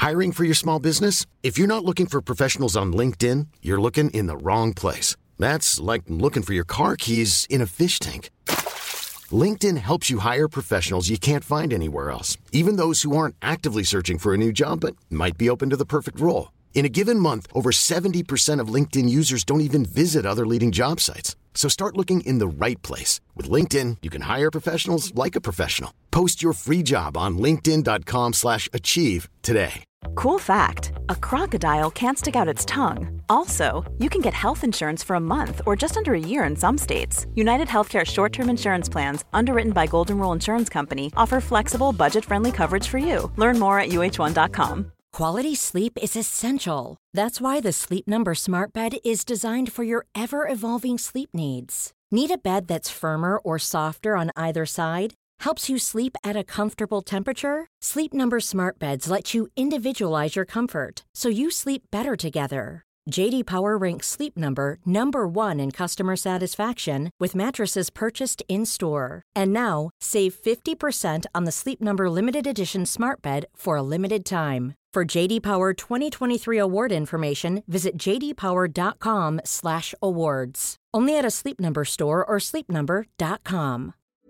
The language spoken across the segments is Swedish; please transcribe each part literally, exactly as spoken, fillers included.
Hiring for your small business? If you're not looking for professionals on LinkedIn, you're looking in the wrong place. That's like looking for your car keys in a fish tank. LinkedIn helps you hire professionals you can't find anywhere else, even those who aren't actively searching for a new job but might be open to the perfect role. In a given month, over seventy percent of LinkedIn users don't even visit other leading job sites. So start looking in the right place. With LinkedIn, you can hire professionals like a professional. Post your free job on linkedin dot com slash achieve today. Cool fact, a crocodile can't stick out its tongue. Also, you can get health insurance for a month or just under a year in some states. United Healthcare short-term insurance plans, underwritten by Golden Rule Insurance Company, offer flexible, budget-friendly coverage for you. Learn more at U H one dot com. Quality sleep is essential. That's why the Sleep Number Smart Bed is designed for your ever-evolving sleep needs. Need a bed that's firmer or softer on either side? Helps you sleep at a comfortable temperature? Sleep Number Smart Beds let you individualize your comfort, so you sleep better together. J D Power ranks Sleep Number number one in customer satisfaction with mattresses purchased in-store. And now, save fifty percent on the Sleep Number Limited Edition Smart Bed for a limited time. For J D Power twenty twenty-three award information, visit j d power dot com slash awards. Only at a Sleep Number store or sleep number dot com.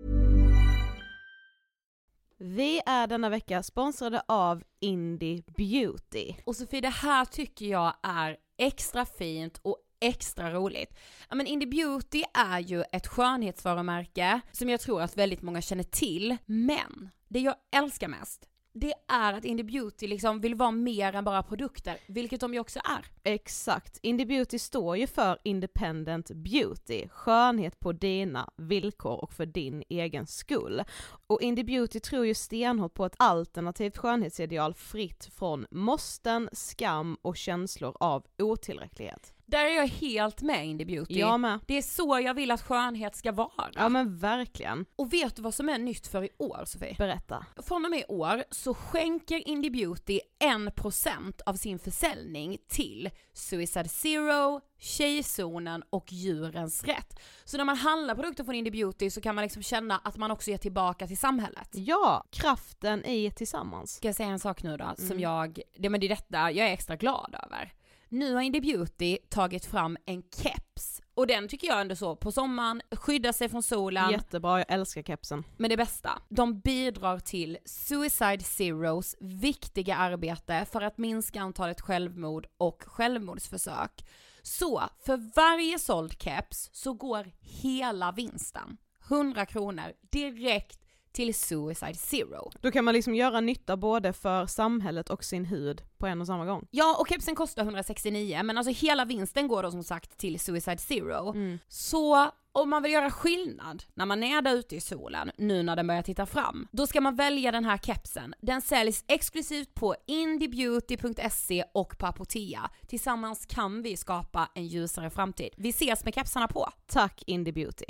Vi är denna vecka sponsrade av Indie Beauty. Och Sofie, det här tycker jag är extra fint och extra roligt. Ja, men Indie Beauty är ju ett skönhetsvarumärke som jag tror att väldigt många känner till. Men det jag älskar mest, det är att Indie Beauty liksom vill vara mer än bara produkter, vilket de ju också är. Exakt. Indie Beauty står ju för Independent Beauty, skönhet på dina villkor och för din egen skull. Och Indie Beauty tror ju stenhårt på ett alternativt skönhetsideal fritt från måsten, skam och känslor av otillräcklighet. Där är jag helt med Indie Beauty. Jag med. Det är så jag vill att skönhet ska vara. Ja men verkligen. Och vet du vad som är nytt för i år, Sofie? Berätta. Från och med i år så skänker Indie Beauty en procent av sin försäljning till Suicide Zero, Tjejzonen och Djurens Rätt. Så när man handlar produkter från Indie Beauty så kan man liksom känna att man också ger tillbaka till samhället. Ja, kraften i tillsammans. Ska jag säga en sak nu då? Mm. Som jag, det, men det är detta jag är extra glad över. Nu har Indie Beauty tagit fram en keps. Och den tycker jag ändå så, på sommaren, skydda sig från solen. Jättebra, jag älskar kepsen. Men det bästa, de bidrar till Suicide Zeros viktiga arbete för att minska antalet självmord och självmordsförsök. Så för varje såld keps så går hela vinsten, hundra kronor, direkt till Suicide Zero. Då kan man liksom göra nytta både för samhället och sin hud på en och samma gång. Ja, och kepsen kostar hundrasextionio, men alltså hela vinsten går då som sagt till Suicide Zero. Mm. Så om man vill göra skillnad när man är där ute i solen, nu när den börjar titta fram, då ska man välja den här kepsen. Den säljs exklusivt på indiebeauty punkt se och på Apotea. Tillsammans kan vi skapa en ljusare framtid. Vi ses med kepsarna på. Tack Indie Beauty.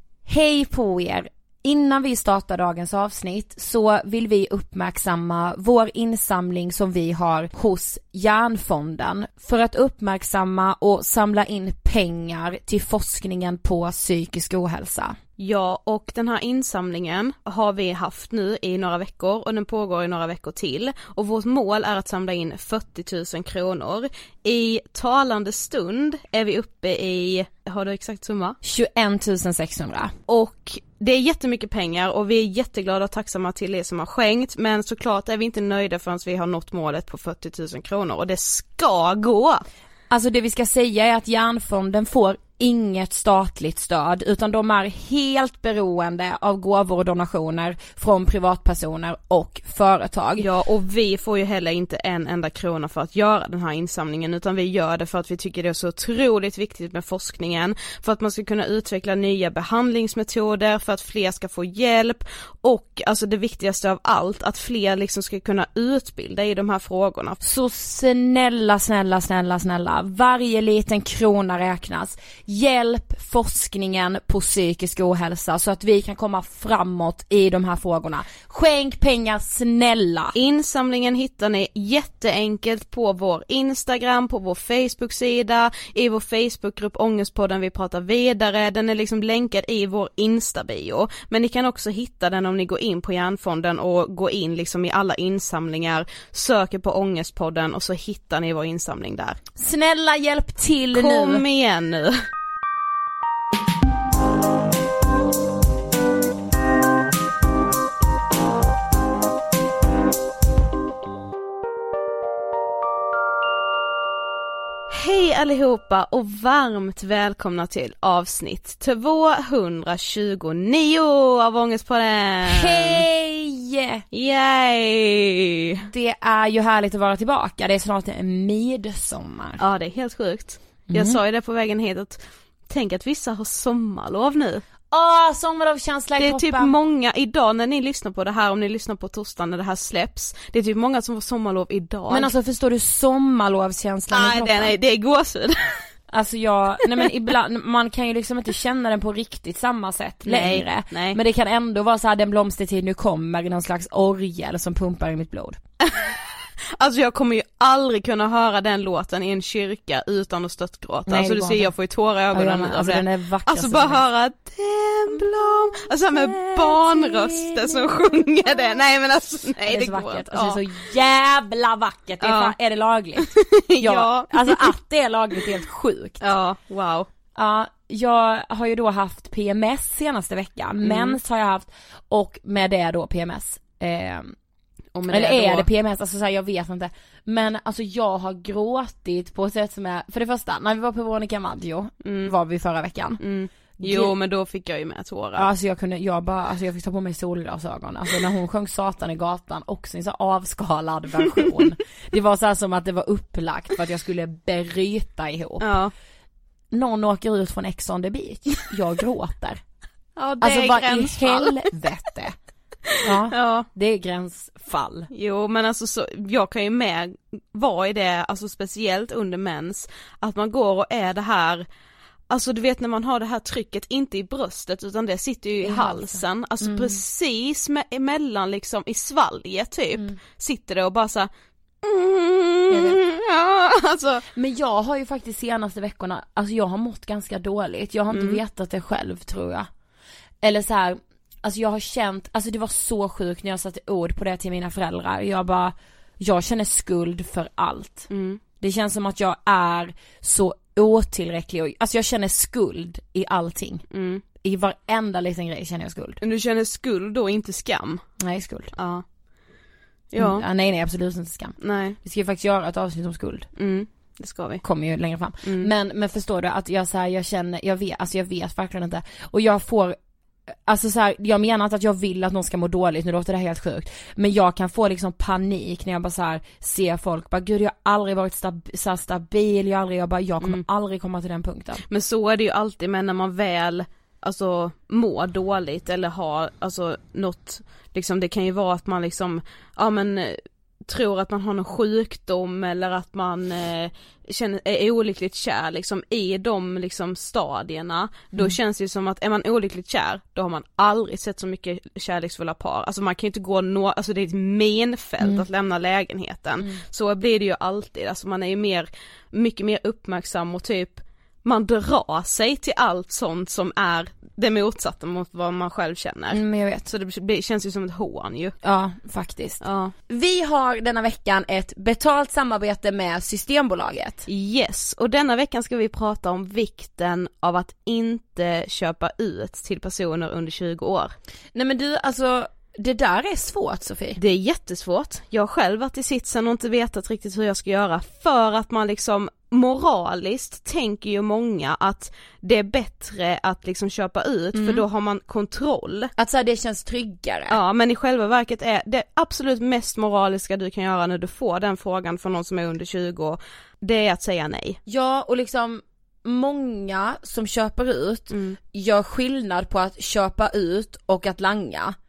Hej på er! Innan vi startar dagens avsnitt så vill vi uppmärksamma vår insamling som vi har hos Hjärnfonden för att uppmärksamma och samla in pengar till forskningen på psykisk ohälsa. Ja, och den här insamlingen har vi haft nu i några veckor och den pågår i några veckor till. Och vårt mål är att samla in fyrtio tusen kronor. I talande stund är vi uppe i, har du exakt summa? tjugoett tusen sexhundra. Och det är jättemycket pengar och vi är jätteglada och tacksamma till er som har skänkt. Men såklart är vi inte nöjda förrän vi har nått målet på fyrtio tusen kronor. Och det ska gå! Alltså det vi ska säga är att Hjärnfonden får inget statligt stöd utan de är helt beroende av gåvor och donationer från privatpersoner och företag. Ja, och vi får ju heller inte en enda krona för att göra den här insamlingen utan vi gör det för att vi tycker det är så otroligt viktigt med forskningen, för att man ska kunna utveckla nya behandlingsmetoder, för att fler ska få hjälp och alltså det viktigaste av allt, att fler liksom ska kunna utbilda i de här frågorna. Så snälla, snälla, snälla, snälla, varje liten krona räknas. hjälp forskningen på psykisk ohälsa så att vi kan komma framåt i de här frågorna. Skänk pengar, snälla. Insamlingen hittar ni jätteenkelt på vår Instagram, på vår Facebook-sida, i vår Facebookgrupp Ångestpodden vi pratar vidare. Den är liksom länkad i vår Insta-bio. Men ni kan också hitta den om ni går in på Hjärnfonden och går in liksom i alla insamlingar, söker på Ångestpodden och så hittar ni vår insamling där. Snälla hjälp till Kom nu. Kom igen nu. Hej allihopa och varmt välkomna till avsnitt tvåhundratjugonio av Ångestpodden. Hej! Yay! Det är ju härligt att vara tillbaka. Det är snart en midsommar. Ja, det är helt sjukt. Jag mm. sa ju det på vägen hit att tänk att vissa har sommarlov nu. Åh, sommarlovskänsla i Det är toppen. typ många idag när ni lyssnar på det här, om ni lyssnar på torsdagen när det här släpps. Det är typ många som får sommarlov idag. Men alltså förstår du sommarlovskänslan nej, i toppen? Nej, det är gåshud. Alltså jag, nej men ibland, man kan ju liksom inte känna den på riktigt samma sätt nej, längre. Nej. Men det kan ändå vara så här, den blomstertid nu kommer, någon slags orgel som pumpar i mitt blod. Alltså jag kommer ju aldrig kunna höra den låten i en kyrka utan att störtgråta. Nej, alltså du ser, jag får ju tårar i ögonen nu. Alltså den är vacker. Alltså bara höra den blom, alltså med barnröster som sjunger det. Nej men alltså, nej det, det så går vackert. inte. Alltså det är så jävla vackert. Det är, ja. fan, är det lagligt? ja. ja. Alltså att det är lagligt är helt sjukt. Ja, wow. Ja, jag har ju då haft P M S senaste veckan. Mm. Mens har jag haft och med det då P M S. Eh, Eller är då... det P M S? Alltså så här, jag vet inte. Men alltså jag har gråtit på ett sätt som är, för det första, när vi var på Veronica Maggio mm. var vi förra veckan. Mm. Jo, det... men då fick jag ju med tårar. Alltså jag kunde, jag bara, alltså jag fick ta på mig solglasögon. Alltså när hon sjöng Satan i gatan, också en så avskalad version. Det var så här som att det var upplagt för att jag skulle bryta ihop. Ja. Någon åker ut från Ex on the Beach. Jag gråter. Ja, det alltså är vad i gränsfall. helvete. Ja, ja, det är gränsfall. Jo, men alltså så, jag kan ju med vara i det, alltså speciellt under mens, att man går och är det här, alltså du vet när man har det här trycket, inte i bröstet utan det sitter ju i, I halsen, halsen. Alltså mm. precis med, emellan liksom i svalget typ, mm. sitter det och bara så här, mm, ja, alltså. Men jag har ju faktiskt senaste veckorna, alltså jag har mått ganska dåligt. Jag har inte mm. vetat det själv, tror jag. Eller så här, alltså jag har känt, alltså det var så sjukt när jag satte ord på det till mina föräldrar. Jag bara, jag känner skuld för allt. Mm. Det känns som att jag är så otillräcklig. Alltså jag känner skuld i allting. Mm. I varenda liten grej känner jag skuld. Men du känner skuld då, inte skam? Nej, skuld. Ja. Ja. Mm, nej, nej, absolut inte skam. Nej. Vi ska ju faktiskt göra ett avsnitt om skuld. Mm. Det ska vi. Kommer ju längre fram. Mm. Men, men förstår du att jag så här, jag känner, jag vet, alltså jag vet verkligen inte. Och jag får, alltså så här, jag menar inte att jag vill att någon ska må dåligt, nu låter det helt sjukt. Men jag kan få liksom panik när jag bara så här ser folk, bara gud jag har aldrig varit stab- så här stabil, jag, aldrig, jag bara, jag kommer mm. aldrig komma till den punkten. Men så är det ju alltid, men när man väl alltså mår dåligt eller har alltså något, liksom det kan ju vara att man liksom, ja men tror att man har någon sjukdom eller att man eh, känner, är olyckligt kär liksom i de liksom stadierna, då mm. känns det ju som att är man olyckligt kär, då har man aldrig sett så mycket kärleksfulla par. Alltså man kan ju inte gå nå, alltså det är ett menfält mm. att lämna lägenheten. Mm. Så blir det ju alltid, alltså man är ju mer, mycket mer uppmärksam och typ man drar sig till allt sånt som är det motsatta mot vad man själv känner. Mm, jag vet. Så det, det känns ju som ett hån ju. Ja, faktiskt. Ja. Vi har denna veckan ett betalt samarbete med Systembolaget. Yes, och denna veckan ska vi prata om vikten av att inte köpa ut till personer under tjugo år. Nej men du, alltså det där är svårt, Sofie. Det är jättesvårt. Jag har själv varit i sitsen och inte vetat riktigt hur jag ska göra, för att man liksom moraliskt tänker ju många att det är bättre att liksom köpa ut mm. för då har man kontroll. Att så här, det känns tryggare. Ja, men i själva verket är det absolut mest moraliska du kan göra när du får den frågan från någon som är under tjugo, det är att säga nej. Ja, och liksom många som köper ut mm. gör skillnad på att köpa ut och att langa.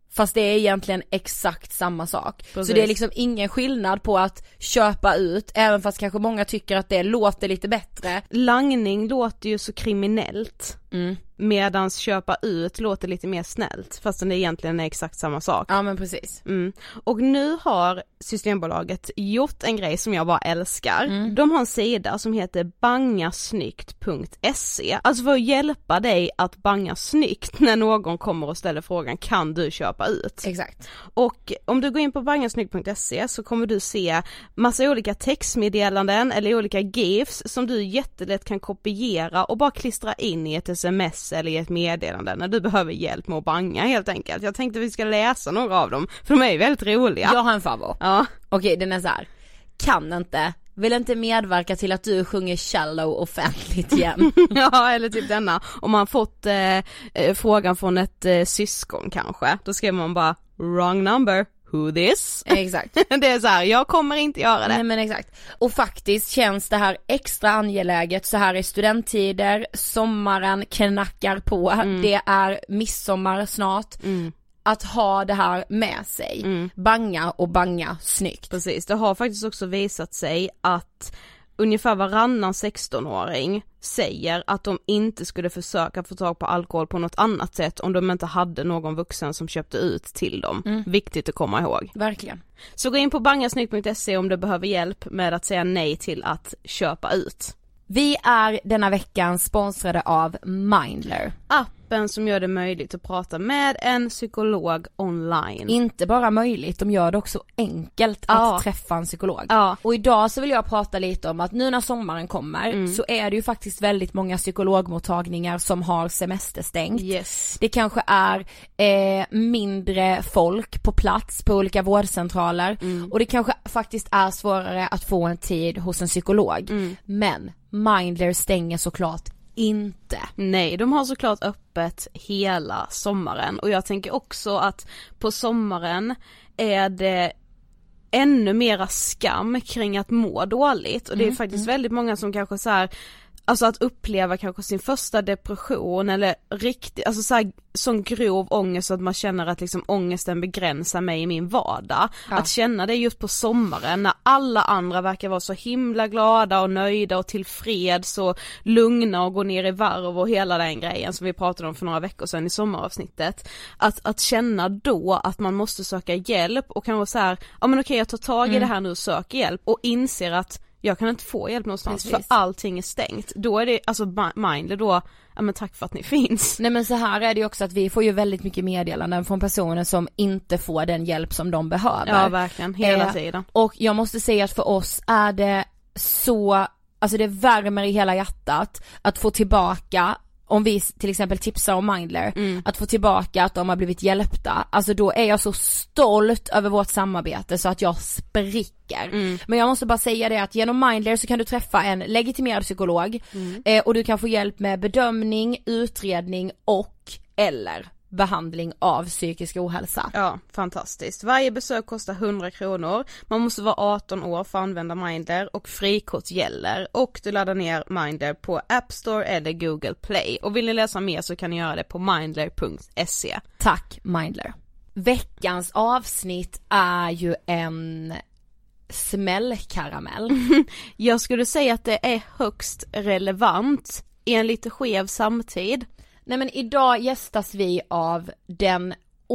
Fast det är egentligen exakt samma sak. Precis. Så det är liksom ingen skillnad på att köpa ut, även fast kanske många tycker att det låter lite bättre. Langning låter ju så kriminellt. Mm. Medans köpa ut låter lite mer snällt, fast det egentligen är exakt samma sak. Ja, men precis. Mm. Och nu har Systembolaget gjort en grej som jag bara älskar. Mm. De har en sida som heter bangasnyggt punkt se. Alltså för att hjälpa dig att banga snyggt när någon kommer och ställer frågan, kan du köpa ut? Exakt. Och om du går in på bangasnyggt punkt se så kommer du se massa olika textmeddelanden eller olika gifs som du jättelätt kan kopiera och bara klistra in i ett sms eller i ett meddelande när du behöver hjälp med att banga helt enkelt. Jag tänkte vi ska läsa några av dem, för de är ju väldigt roliga. Jag har en favvo. Ja. Okej, den är så här. Kan inte, vill inte medverka till att du sjunger Shallow offentligt igen. Ja, eller typ denna. Om man fått eh, eh, frågan från ett eh, syskon kanske, då skriver man bara wrong number. Who this? Exakt. Det är så här, jag kommer inte göra det. Nej, men exakt. Och faktiskt känns det här extra angeläget så här i studenttider, sommaren knackar på, mm. det är midsommar snart. Mm. Att ha det här med sig. Mm. Banga och banga snyggt. Precis, det har faktiskt också visat sig att ungefär varannan sextonåring säger att de inte skulle försöka få tag på alkohol på något annat sätt om de inte hade någon vuxen som köpte ut till dem. Mm. Viktigt att komma ihåg. Verkligen. Så gå in på bangasnyggt punkt se om du behöver hjälp med att säga nej till att köpa ut. Vi är denna veckan sponsrade av Mindler. Appen som gör det möjligt att prata med en psykolog online. Inte bara möjligt, de gör det också enkelt ja. att träffa en psykolog. Ja. Och idag så vill jag prata lite om att nu när sommaren kommer mm. så är det ju faktiskt väldigt många psykologmottagningar som har semesterstängt. Yes. Det kanske är eh, mindre folk på plats på olika vårdcentraler mm. och det kanske faktiskt är svårare att få en tid hos en psykolog. Mm. Men Mindler stänger såklart inte. Nej, de har såklart öppet hela sommaren och jag tänker också att på sommaren är det ännu mera skam kring att må dåligt och det är mm, faktiskt mm. väldigt många som kanske så här, alltså att uppleva kanske sin första depression eller riktigt, alltså så här, sån grov ångest att man känner att liksom ångesten begränsar mig i min vardag. Ja. Att känna det just på sommaren när alla andra verkar vara så himla glada och nöjda och tillfreds och lugna och gå ner i varv och hela den grejen som vi pratade om för några veckor sedan i sommaravsnittet. Att, att känna då att man måste söka hjälp och kan vara så här, ja men okej jag tar tag i mm. det här nu och söker hjälp och inser att jag kan inte få hjälp någonstans. Precis. För allting är stängt. Då är det, alltså Mindler då, ja men tack för att ni finns. Nej men så här är det ju också att vi får ju väldigt mycket meddelanden från personer som inte får den hjälp som de behöver. Ja verkligen, hela eh, tiden. Och jag måste säga att för oss är det så, alltså det värmer i hela hjärtat att få tillbaka, om vi till exempel tipsar om Mindler, mm. att få tillbaka att de har blivit hjälpta. Alltså då är jag så stolt över vårt samarbete så att jag spricker. Mm. Men jag måste bara säga det att genom Mindler så kan du träffa en legitimerad psykolog mm. eh, och du kan få hjälp med bedömning, utredning och eller behandling av psykisk ohälsa. Ja, fantastiskt. Varje besök kostar hundra kronor. Man måste vara arton år för att använda Mindler och frikort gäller. Och du laddar ner Mindler på App Store eller Google Play. Och vill ni läsa mer så kan ni göra det på mindler punkt se. Tack Mindler. Veckans avsnitt är ju en smällkaramell. Jag skulle säga att det är högst relevant i en lite skev samtid. Nej men idag gästas vi av den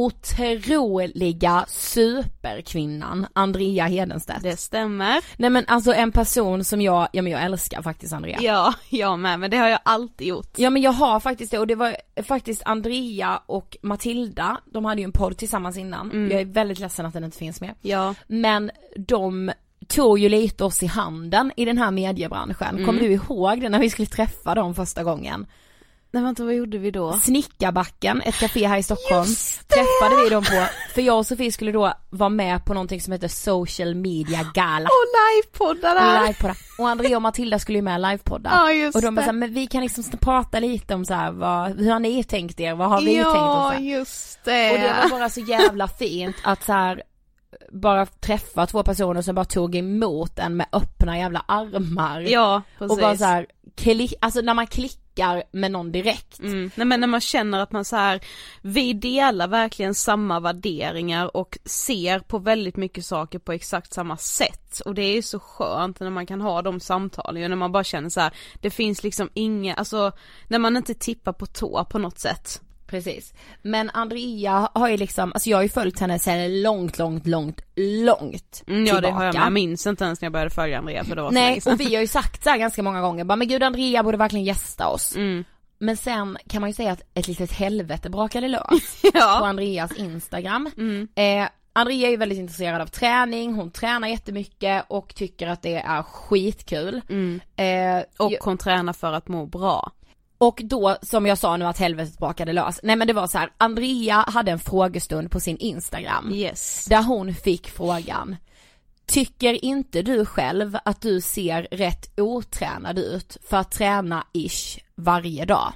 otroliga superkvinnan Andrea Hedenstedt. Det stämmer. Nej men alltså en person som jag, ja men jag älskar faktiskt Andrea. Ja, jag med, men det har jag alltid gjort. Ja men jag har faktiskt det och det var faktiskt Andrea och Matilda, de hade ju en podd tillsammans innan. Mm. Jag är väldigt ledsen att den inte finns mer. Ja. Men de tog ju lite oss i handen i den här mediebranschen. Mm. Kommer du ihåg det när vi skulle träffa dem första gången? Nej vänta, vad gjorde vi då? Snickarbacken, ett café här i Stockholm. Träffade vi dem på, för jag och Sofie skulle då vara med på någonting som heter Social Media Gala. Och livepodda där. Livepodda. Och Andrea och Matilda skulle ju med livepodda. Ja just och de det. bara, men vi kan liksom prata lite om så här, vad, hur har ni tänkt er? Vad har vi ja, tänkt oss? Ja just det. Och det var bara så jävla fint att så här bara träffa två personer som bara tog emot en med öppna jävla armar. Ja, precis. Och bara så här, klick, alltså när man klickar klickar med någon direkt. Mm. Nej, men när man känner att man så här, vi delar verkligen samma värderingar och ser på väldigt mycket saker på exakt samma sätt, och det är så skönt när man kan ha de samtalen, när man bara känner så här, det finns liksom inga, alltså när man inte tippar på tå på något sätt. Precis. Men Andrea har ju liksom, alltså jag har ju följt henne sedan långt, långt, långt, långt mm, Ja, tillbaka. det har jag med. Jag minns inte ens när jag började följa Andrea, för det var så Nej, länge och vi har ju sagt så här ganska många gånger, bara, men gud, Andrea borde verkligen gästa oss. Mm. Men sen kan man ju säga att ett litet helvete brakade lös ja. på Andreas Instagram. Mm. Eh, Andrea är ju väldigt intresserad av träning, hon tränar jättemycket och tycker att det är skitkul. Mm. Eh, och hon tränar för att må bra. Och då, som jag sa nu, att helvetet brakade lös. Nej, men det var så här, Andrea hade en frågestund på sin Instagram. Yes. Där hon fick frågan: tycker inte du själv att du ser rätt otränad ut för att träna ish varje dag?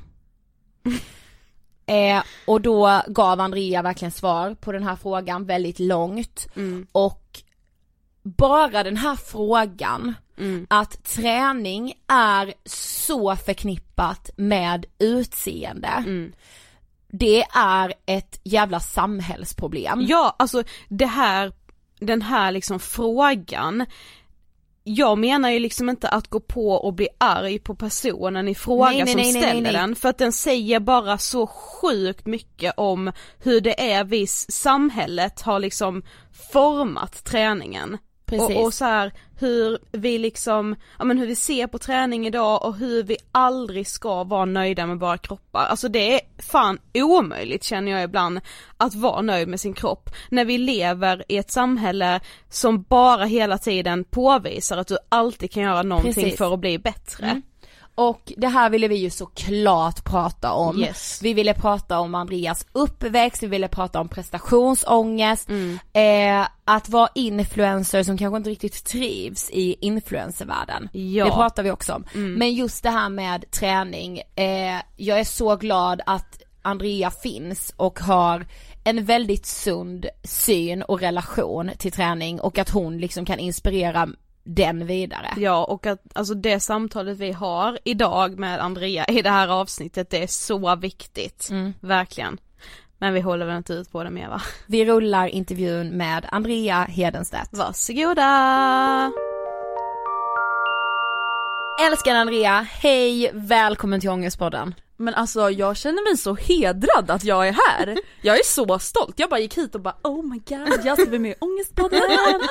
eh, och då gav Andrea verkligen svar på den här frågan väldigt långt. Mm. Och bara den här frågan, mm. att träning är så förknippat med utseende. Mm. Det är ett jävla samhällsproblem. Ja, alltså det här, den här liksom frågan, jag menar ju liksom inte att gå på och bli arg på personen i fråga nej, nej, som nej, ställer nej, nej, nej. den, för att den säger bara så sjukt mycket om hur det är vi samhället har liksom format träningen. Precis. Och, och så här, hur vi liksom, ja men hur vi ser på träning idag och hur vi aldrig ska vara nöjda med våra kroppar. Alltså det är fan omöjligt, känner jag ibland, att vara nöjd med sin kropp när vi lever i ett samhälle som bara hela tiden påvisar att du alltid kan göra någonting Precis. för att bli bättre. Mm. Och det här ville vi ju såklart prata om. Yes. Vi ville prata om Andreas uppväxt, vi ville prata om prestationsångest, mm. eh, att vara influencer som kanske inte riktigt trivs i influencervärlden. Ja. Det pratar vi också om. Mm. Men just det här med träning, eh, jag är så glad att Andrea finns och har en väldigt sund syn och relation till träning, och att hon liksom kan inspirera den vidare. Ja, och att alltså det samtalet vi har idag med Andrea i det här avsnittet, det är så viktigt. Mm. Verkligen. Men vi håller väl inte ut på det mer, va? Vi rullar intervjun med Andrea Hedenstedt. Varsågoda! Älskade Andrea, hej, välkommen till Ångestpodden. Men alltså jag känner mig så hedrad att jag är här. Jag är så stolt. Jag bara gick hit och bara oh my god, jag ska bli med i Ångestpodden.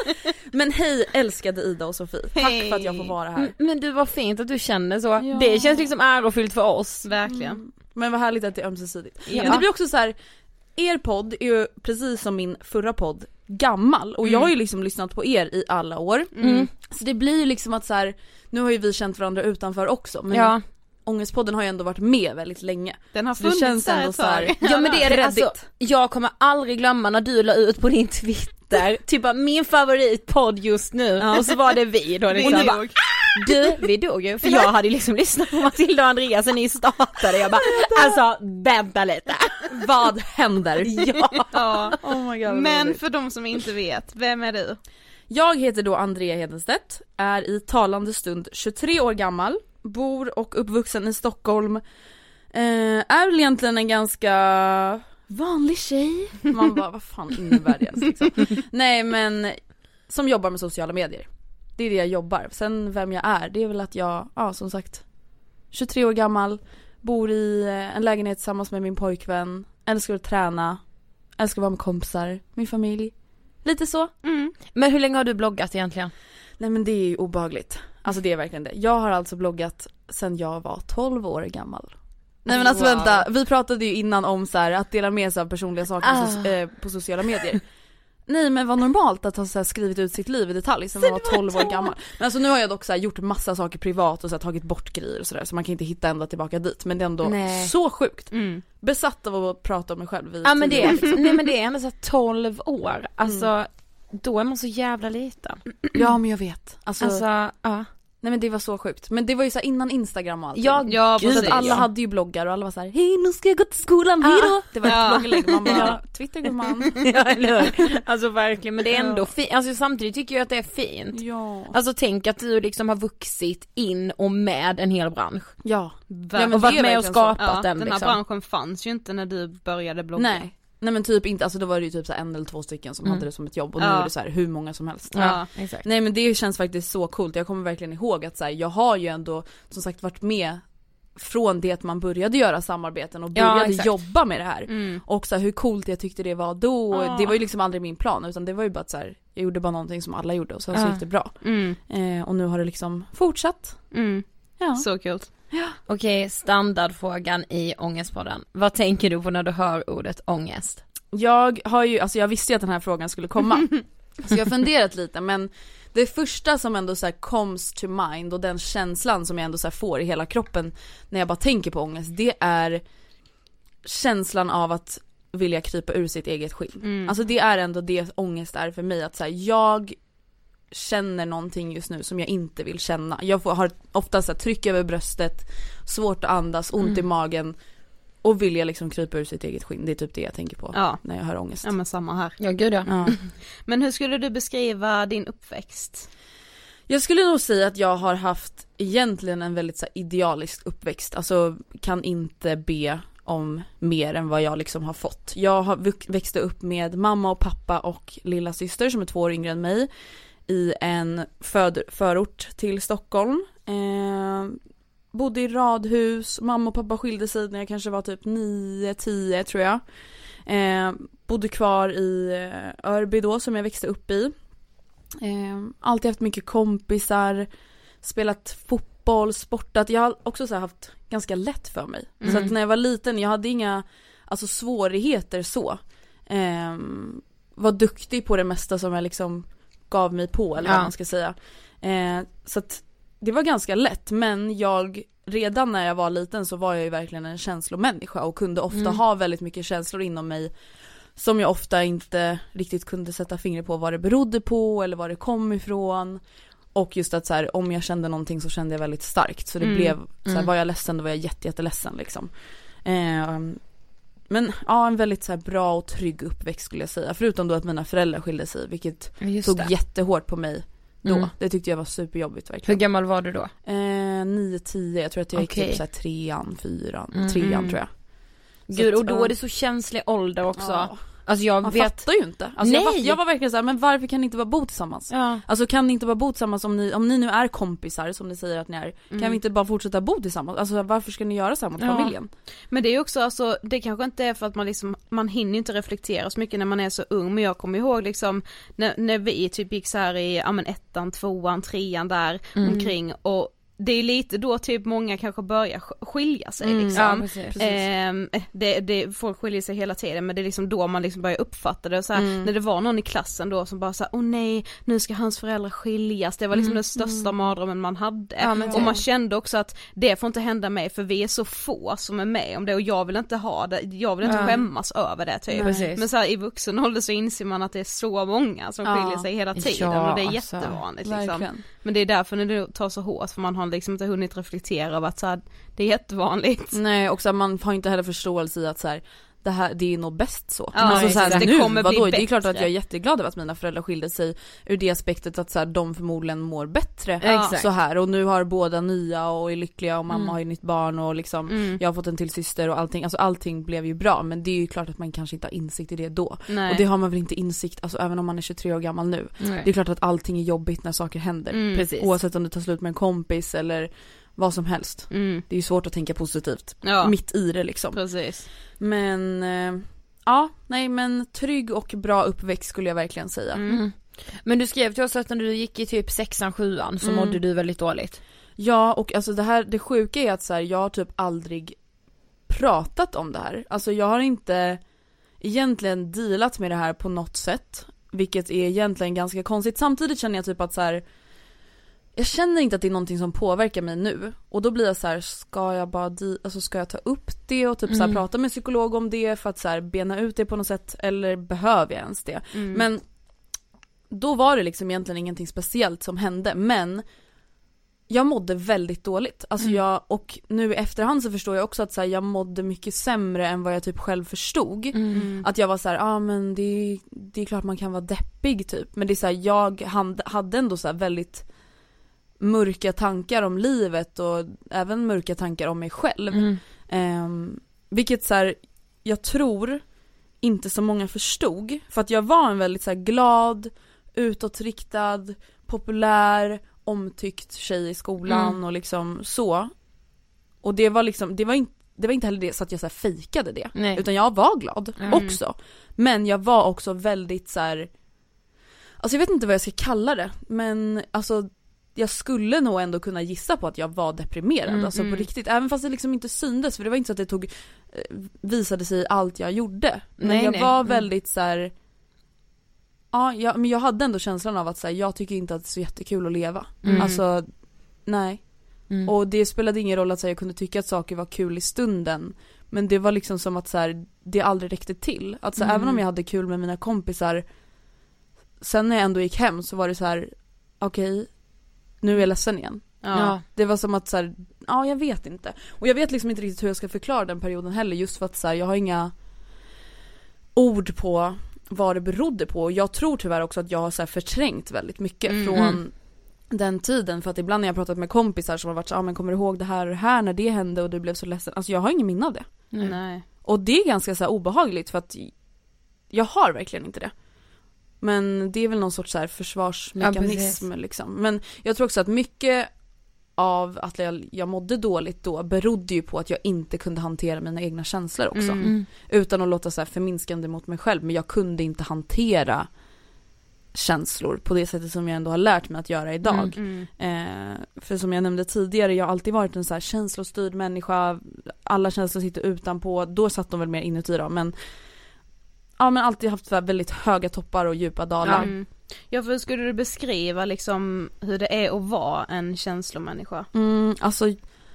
Men hej älskade Ida och Sofie. Tack hey. för att jag får vara här. Men du, var fint att du känner så. Ja. Det känns liksom ärofyllt för oss. Verkligen. Mm. Men vad härligt att det är ömsesidigt. Ja. Men det blir också så här, er podd är ju precis som min förra podd gammal. Och mm. jag har ju liksom lyssnat på er i alla år. Mm. Så det blir ju liksom att så här, nu har ju vi känt varandra utanför också. Men ja. Ångestpodden har ju ändå varit med väldigt länge. Den har funnits det känns ändå så här. Ja, men det är det, alltså, jag kommer aldrig glömma när du la ut på din Twitter typ bara, min favoritpodd just nu. Ja. Och så var det vi då liksom. Vi bara, dog. Du, vi dog ju. För jag hade ju liksom lyssnat på Matilda och Andreas när ni startade. Jag bara, alltså vänta lite. Vad händer? Ja. Oh my God, men för de som inte vet, vem är du? Jag heter då Andrea Hedenstedt, är i talande stund tjugotre år gammal, bor och uppvuxen i Stockholm, eh, är väl egentligen en ganska vanlig tjej. Man bara, vad fan innebär det? Liksom. Nej, men som jobbar med sociala medier. Det är det jag jobbar. Sen vem jag är, det är väl att jag, ja som sagt, tjugotre år gammal, bor i en lägenhet tillsammans med min pojkvän, älskar att träna, älskar att vara med kompisar, min familj. Lite så. Mm. Men hur länge har du bloggat egentligen? Nej, men det är ju obehagligt. Alltså det är verkligen det. Jag har alltså bloggat sedan jag var tolv år gammal. Nej men alltså wow. vänta, vi pratade ju innan om så här, att dela med sig av personliga saker ah. på, eh, på sociala medier. Nej, men vad normalt att ha så här, skrivit ut sitt liv i detalj sen man var tolv år gammal. Men alltså nu har jag dock så här, gjort massa saker privat och så här, tagit bort grejer och sådär, så man kan inte hitta ända tillbaka dit. Men det är ändå nej. så sjukt. Mm. Besatt av att prata om mig själv. Ja, men det är, liksom. Nej men det är ändå så här, tolv år. Alltså mm. då är man så jävla liten. Ja, men jag vet. Alltså, alltså ja. Nej men det var så sjukt. Men det var ju så här innan Instagram och allt. Ja, ja så att alla ja. hade ju bloggar och alla var så här: hej nu ska jag gå till skolan, hej då. Det var ett Ja. blogginlägg, man bara Twitter gumman. Ja, eller hur? Alltså verkligen, men det är ändå fint. Alltså samtidigt tycker jag att det är fint. Ja. Alltså tänk att du liksom har vuxit in och med en hel bransch. Ja. Ver- Ja, men och varit det är med och verkligen skapat ja, den, den här liksom. branschen fanns ju inte när du började blogga. Nej. Nej men typ inte, alltså då var det ju typ så en eller två stycken som Mm. hade det som ett jobb och nu Ja. är det så här hur många som helst. Ja. Exakt. Nej men det känns faktiskt så coolt. Jag kommer verkligen ihåg att så här, jag har ju ändå som sagt varit med från det att man började göra samarbeten och Ja, började exakt. jobba med det här. Mm. Och så här, hur coolt jag tyckte det var då. Ja. Det var ju liksom aldrig min plan utan det var ju bara att så här, jag gjorde bara någonting som alla gjorde och sen så Ja. gick det bra. Mm. Eh, och nu har det liksom fortsatt. Mm. Ja. Så kul. Okej, standardfrågan i Ångestpodden. Vad tänker du på när du hör ordet ångest? Jag har ju, alltså jag visste ju att den här frågan skulle komma. Så jag har funderat lite men det första som ändå så här comes to mind och den känslan som jag ändå så här får i hela kroppen när jag bara tänker på ångest, det är känslan av att vilja krypa ur sitt eget skinn. Mm. Alltså det är ändå det ångest är för mig, att så här, jag känner någonting just nu som jag inte vill känna. Jag får, har ofta så här, tryck över bröstet, svårt att andas, ont Mm. i magen och vilja liksom krypa ur sitt eget skinn. Det är typ det jag tänker på Ja. när jag hör ångest. Ja men samma här. Ja, gud ja. Ja. Men hur skulle du beskriva din uppväxt? Jag skulle nog säga att jag har haft egentligen en väldigt så här, idealisk uppväxt. Alltså kan inte be om mer än vad jag liksom har fått. Jag har vux- växte upp med mamma och pappa och lilla syster som är två år yngre än mig i en för- förort till Stockholm. Eh, bodde i radhus, mamma och pappa skilde sig när jag kanske var typ nio tio tror jag. Eh, bodde kvar i eh, Örby då som jag växte upp i. Eh, alltid haft mycket kompisar, spelat fotboll, sportat. Jag har också så här haft ganska lätt för mig. Mm. Så att när jag var liten, jag hade inga alltså, svårigheter så. Eh, var duktig på det mesta som jag liksom gav mig på, eller vad Ja. man ska säga. Eh, så att det var ganska lätt, men jag redan när jag var liten så var jag ju verkligen en känslomänniska och kunde ofta Mm. ha väldigt mycket känslor inom mig som jag ofta inte riktigt kunde sätta fingret på vad det berodde på eller var det kom ifrån. Och just att så här, om jag kände någonting så kände jag väldigt starkt. Så det Mm. blev, så här, Mm. var jag ledsen då var jag jätte, jätteledsen liksom. Eh, men ja, en väldigt så här, bra och trygg uppväxt skulle jag säga. Förutom då att mina föräldrar skilde sig, vilket Just tog det. jättehårt på mig då. Mm. Det tyckte jag var superjobbigt Hur verkligen. gammal var du då? Eh, nio tio, jag tror att jag gick Okej. typ så här, trean, fyran, Mm. trean Mm. tror jag. Gud, att, och då ja. är det så känslig ålder också. Ja. Alltså jag Man vet... fattar ju inte. Alltså jag, Nej. fatt, jag var verkligen så här, men varför kan ni inte bara bo tillsammans? Ja. Alltså kan ni inte bara bo tillsammans om ni, om ni nu är kompisar som ni säger att ni är, Mm. kan vi inte bara fortsätta bo tillsammans? Alltså varför ska ni göra så här mot Ja. familjen? Men det är också alltså, det kanske inte är för att man liksom, man hinner inte reflektera så mycket när man är så ung, men jag kommer ihåg liksom när, när vi typ gick så här i, ja men ettan, tvåan, trean där Mm. omkring, och det är lite då typ många kanske börjar sk- skilja sig Mm. liksom. Ja, precis. Ehm, det, det, folk skiljer sig hela tiden, men det är liksom då man liksom börjar uppfatta det. Och så här, Mm. när det var någon i klassen då som bara sa, åh nej, nu ska hans föräldrar skiljas. Det var liksom Mm. den största mardrömmen man hade. Ja, men och typ. man kände också att det får inte hända mig, för vi är så få som är med om det, och jag vill inte ha det, jag vill inte Ja. skämmas över det typ. Precis. Men så här, i vuxen ålder så inser man att det är så många som Ja. skiljer sig hela tiden, Ja, och det är alltså. jättevanligt liksom. Verkligen. Men det är därför när det tar så hårt, för man har liksom inte hunnit reflektera över att så här, det är jättevanligt. Nej, och så här, man har inte heller förståelse i att så här, det här, det är nog bäst så. Ja, alltså, så här, precis. Det nu, kommer bli vadå? Det är klart bättre. att jag är jätteglad över att mina föräldrar skilde sig ur det aspektet att så här, de förmodligen mår bättre Exakt. så här. Och nu har båda nya och är lyckliga och mamma Mm. har ju nytt barn och liksom Mm. jag har fått en till syster och allting, alltså allting blev ju bra, men det är ju klart att man kanske inte har insikt i det då. Nej. Och det har man väl inte insikt, alltså även om man är tjugotre år gammal nu. Nej. Det är klart att allting är jobbigt när saker händer. Mm. Precis. Oavsett om det tar slut med en kompis eller vad som helst. Mm. Det är ju svårt att tänka positivt Ja, mitt i det liksom. precis. Men eh, ja, nej men trygg och bra uppväxt skulle jag verkligen säga. Mm. Men du skrev till oss att när du gick i typ sexan, sjuan så Mm. mådde du väldigt dåligt. Ja, och alltså det här, det sjuka är att så här, jag har typ aldrig pratat om det här. Alltså jag har inte egentligen dealat med det här på något sätt, vilket är egentligen ganska konstigt. Samtidigt känner jag typ att så här, jag känner inte att det är någonting som påverkar mig nu. Och då blir jag så här, ska jag bara di- alltså ska jag ta upp det och typ så här, Mm. prata med psykolog om det för att så här, bena ut det på något sätt, eller behöver jag ens det? Mm. Men då var det liksom egentligen ingenting speciellt som hände, men jag mådde väldigt dåligt. Alltså Mm. jag, och nu i efterhand så förstår jag också att så här, jag mådde mycket sämre än vad jag typ själv förstod. Mm. Att jag var så här, ja ah, men det, det är klart man kan vara deppig typ. Men det är så här, jag hand, hade ändå så här väldigt mörka tankar om livet och även mörka tankar om mig själv. Mm. Um, vilket så här, jag tror inte så många förstod. För att jag var en väldigt så här glad, utåtriktad, populär, omtyckt tjej i skolan Mm. och liksom så. Och det var liksom, det var inte det var inte heller det så att jag så här fejkade det. Nej. Utan jag var glad Mm. också. Men jag var också väldigt så här. Alltså jag vet inte vad jag ska kalla det, men alltså jag skulle nog ändå kunna gissa på att jag var deprimerad, Mm, alltså mm. på riktigt, även fast det liksom inte syndes, för det var inte så att det tog eh, visade sig i allt jag gjorde. Men Nej, jag nej. var Mm. väldigt så här. Ja, jag, men jag hade ändå känslan av att så här, jag tycker inte att det är så jättekul att leva. Mm. Alltså nej. Mm. Och det spelade ingen roll att så här, jag kunde tycka att saker var kul i stunden. Men det var liksom som att så här, det aldrig räckte till. Att så här, Mm. även om jag hade kul med mina kompisar, sen när jag ändå gick hem så var det så här: okej, nu är jag ledsen igen. Ja. Det var som att så här, ja jag vet inte. Och jag vet liksom inte riktigt hur jag ska förklara den perioden heller, just för att så här, jag har inga ord på vad det berodde på. Och jag tror tyvärr också att jag har så här förträngt väldigt mycket Mm, från mm. den tiden. För att ibland när jag har pratat med kompisar som har varit så, ja ah, men kommer du ihåg det här och det här när det hände och du blev så ledsen? Alltså jag har ingen minne av det. Mm. Nej. Och det är ganska så här obehagligt, för att jag har verkligen inte det. Men det är väl någon sorts så här försvarsmekanism Ja, liksom. Men jag tror också att mycket av att jag, jag mådde dåligt då berodde ju på att jag inte kunde hantera mina egna känslor också. Mm. Utan att låta så här förminskande mot mig själv. Men jag kunde inte hantera känslor på det sättet som jag ändå har lärt mig att göra idag. Mm. Eh, för som jag nämnde tidigare, jag har alltid varit en så här känslostyrd människa. Alla känslor sitter utanpå. Då satt de väl mer inuti då. Men ja, men alltid haft så här väldigt höga toppar och djupa dalar. Mm. Ja, för skulle du beskriva liksom hur det är att vara en känslomänniska? Mm, alltså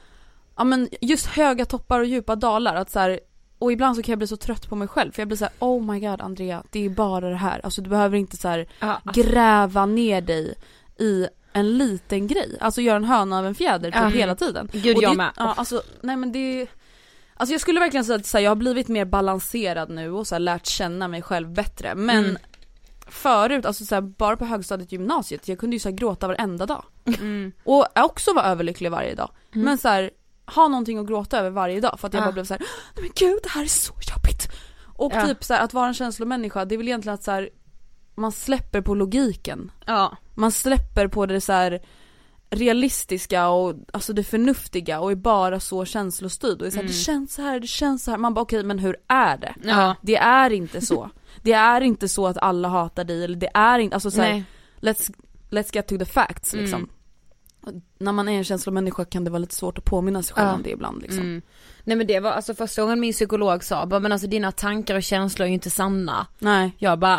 ja, men just höga toppar och djupa dalar, att så här, och ibland så kan jag bli så trött på mig själv, för jag blir så här: oh my god Andrea, det är bara det här. Alltså du behöver inte så här Ja. gräva ner dig i en liten grej. Alltså göra en höna av en fjäder typ Mm. hela tiden. Gud, och jag det, med. Ja, alltså nej men det, alltså jag skulle verkligen säga att så här, jag har blivit mer balanserad nu och så här, lärt känna mig själv bättre. Men Mm. förut, alltså så här, bara på högstadiet, gymnasiet, jag kunde ju så här gråta varenda dag. Mm. Och jag också var överlycklig varje dag. Mm. Men så här, ha någonting att gråta över varje dag, för att jag Ja. bara blev så här: nej men gud, det här är så jobbigt. Och Ja. typ så här, att vara en känslomänniska, det är väl egentligen att så här, man släpper på logiken. Ja. Man släpper på det så här realistiska och alltså det förnuftiga och är bara så känslostyrd och är så här, Mm. det känns så här, det känns så här. Man bara okej, men hur är det? Ja. Det är inte så. Det är inte så att alla hatar dig, eller det är inte, alltså så här, Nej. let's let's get to the facts liksom. Mm. Och när man är en känslomänniska kan det vara lite svårt att påminna sig själv Ja. om det ibland liksom. Mm. Nej men det var alltså första gången min psykolog sa bara, men alltså dina tankar och känslor är ju inte sanna. Nej. Jag bara,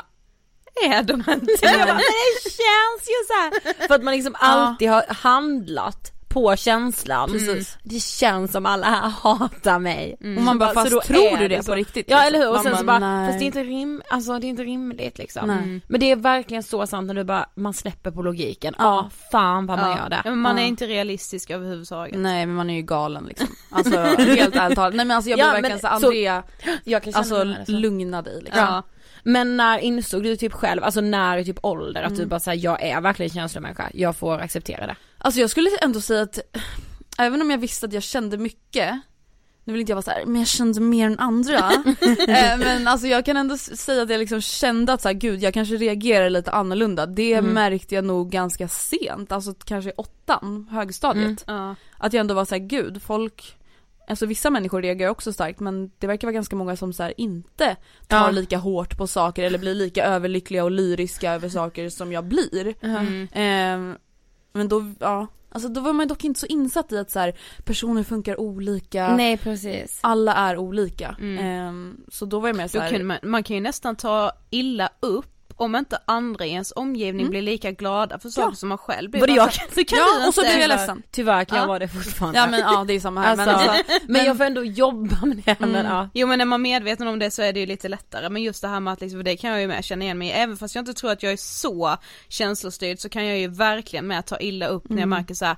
är de inte? Jag bara, men det känns ju så här. För att man liksom alltid har handlat på känslan. Precis. Det känns som alla här hatar mig. Och man bara, Så fast då tror är du det det så. på riktigt? Ja liksom? eller hur, och Man sen så bara, nej. fast det är inte rim, alltså det är inte rimligt liksom. Nej. Men det är verkligen så sant när du bara, man släpper på logiken. Ja, Ja. fan vad man Ja. gör det. Ja, men man är Ja. inte realistisk överhuvudtaget. Nej, men man är ju galen liksom. Alltså helt ärligt talat. Nej men alltså jag Ja, blir verkligen men så så- Andrea, Jag kan känna alltså mig så. lugna dig liksom. Ja. Men när insåg du typ själv, alltså när i typ ålder, att Mm. du bara säger jag är verkligen känslomänniska, jag får acceptera det. Alltså jag skulle ändå säga att även om jag visste att jag kände mycket, nu vill inte jag vara så här, men jag kände mer än andra. eh, men alltså jag kan ändå s- säga att jag liksom kände att så här, gud, jag kanske reagerar lite annorlunda. Det Mm. märkte jag nog ganska sent, alltså kanske i åttan, högstadiet. Mm. Ja. Att jag ändå var så här, gud, folk, alltså vissa människor reagerar också starkt, men det verkar vara ganska många som så här inte tar Ja. lika hårt på saker eller blir lika överlyckliga och lyriska över saker som jag blir. Mm. Eh, men då, ja, alltså då var man dock inte så insatt i att så här, personer funkar olika. Nej precis. Alla är olika. Mm. Ehm, så då var jag mer så Då här, kan man, man kan ju nästan ta illa upp om inte andra i ens omgivning Mm. blir lika glada för saker Ja. som man själv blir. Både Bara jag så här, så kan ja, du och så inte. blev jag ledsen. Tyvärr kan Ja. jag vara det fortfarande. Ja men ja, det är samma här. Alltså, men, alltså, men, men- jag får ändå jobba med det. Men, Mm. ja. Jo men när man är medveten om det så är det ju lite lättare, men just det här med att liksom, för det kan jag ju med känna igen mig i. Även fast jag inte tror att jag är så känslostyrd så kan jag ju verkligen med ta illa upp när jag Mm. märker så här: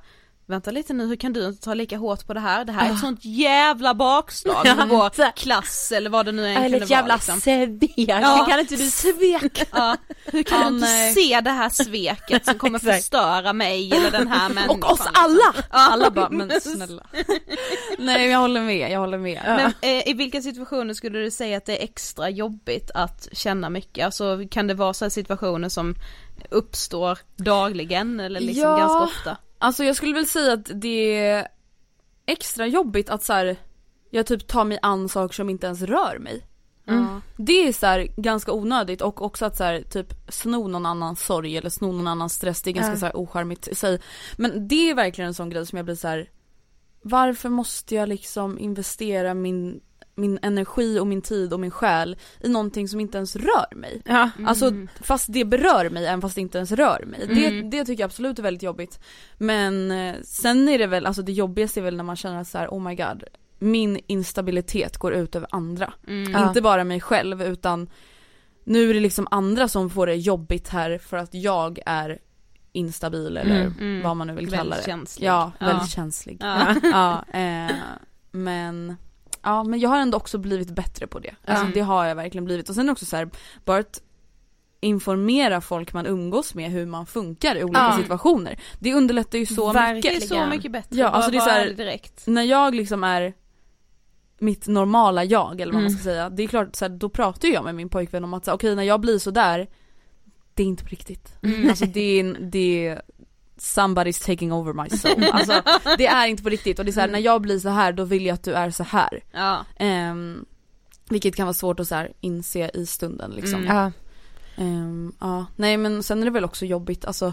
vänta lite nu, hur kan du inte ta lika hårt på det här? Det här är ett sånt jävla bakslag för vår klass eller vad det nu än kunde vara. Jävla liksom. svek, ja. kan inte du svek? Ja. Hur kan Ja, du inte nej. se det här sveket som kommer förstöra mig eller den här människan? Och oss alla! Alla bara, men snälla. Nej, jag håller med, jag håller med. Men eh, i vilka situationer skulle du säga att det är extra jobbigt att känna mycket? Alltså kan det vara så här situationer som uppstår dagligen eller liksom Ja. ganska ofta? Alltså jag skulle väl säga att det är extra jobbigt att så här, jag typ tar mig an saker som inte ens rör mig. Mm. Det är så här ganska onödigt, och också att så här, typ sno någon annans sorg eller sno någon annans stress, det är ganska Mm. så här ocharmigt i sig. Men det är verkligen en sån grej som jag blir så här: varför måste jag liksom investera min min energi och min tid och min själ i någonting som inte ens rör mig? Ja. Alltså fast det berör mig även fast det inte ens rör mig. Mm. Det, det tycker jag absolut är väldigt jobbigt. Men eh, sen är det väl, alltså det jobbigaste är väl när man känner så här: oh my god, min instabilitet går ut över andra. Mm. Inte bara mig själv, utan nu är det liksom andra som får det jobbigt här för att jag är instabil eller Mm, mm. vad man nu vill kalla Väldigt det. känslig. Ja, Ja. väldigt känslig. Ja. Ja, eh, men ja, men jag har ändå också blivit bättre på det. Alltså Ja. det har jag verkligen blivit. Och sen också så här, bara att informera folk man umgås med hur man funkar i olika Ja. situationer. Det underlättar ju så Verkligen. mycket. Det är så mycket bättre. Ja, alltså Bara det är så vara här- ärlig direkt. När jag liksom är mitt normala jag, eller vad man Mm. ska säga, det är klart så här, då pratar jag med min pojkvän om att så här, okej, när jag blir så där, det är inte på riktigt. Mm. Alltså det är, det är somebody's taking over my soul. Alltså det är inte på riktigt, och det är så här, när jag blir så här, då vill jag att du är så här. Ja. Ehm, vilket kan vara svårt att så här inse i stunden liksom. Mm. Ja. Ehm, ja, nej men sen är det väl också jobbigt, alltså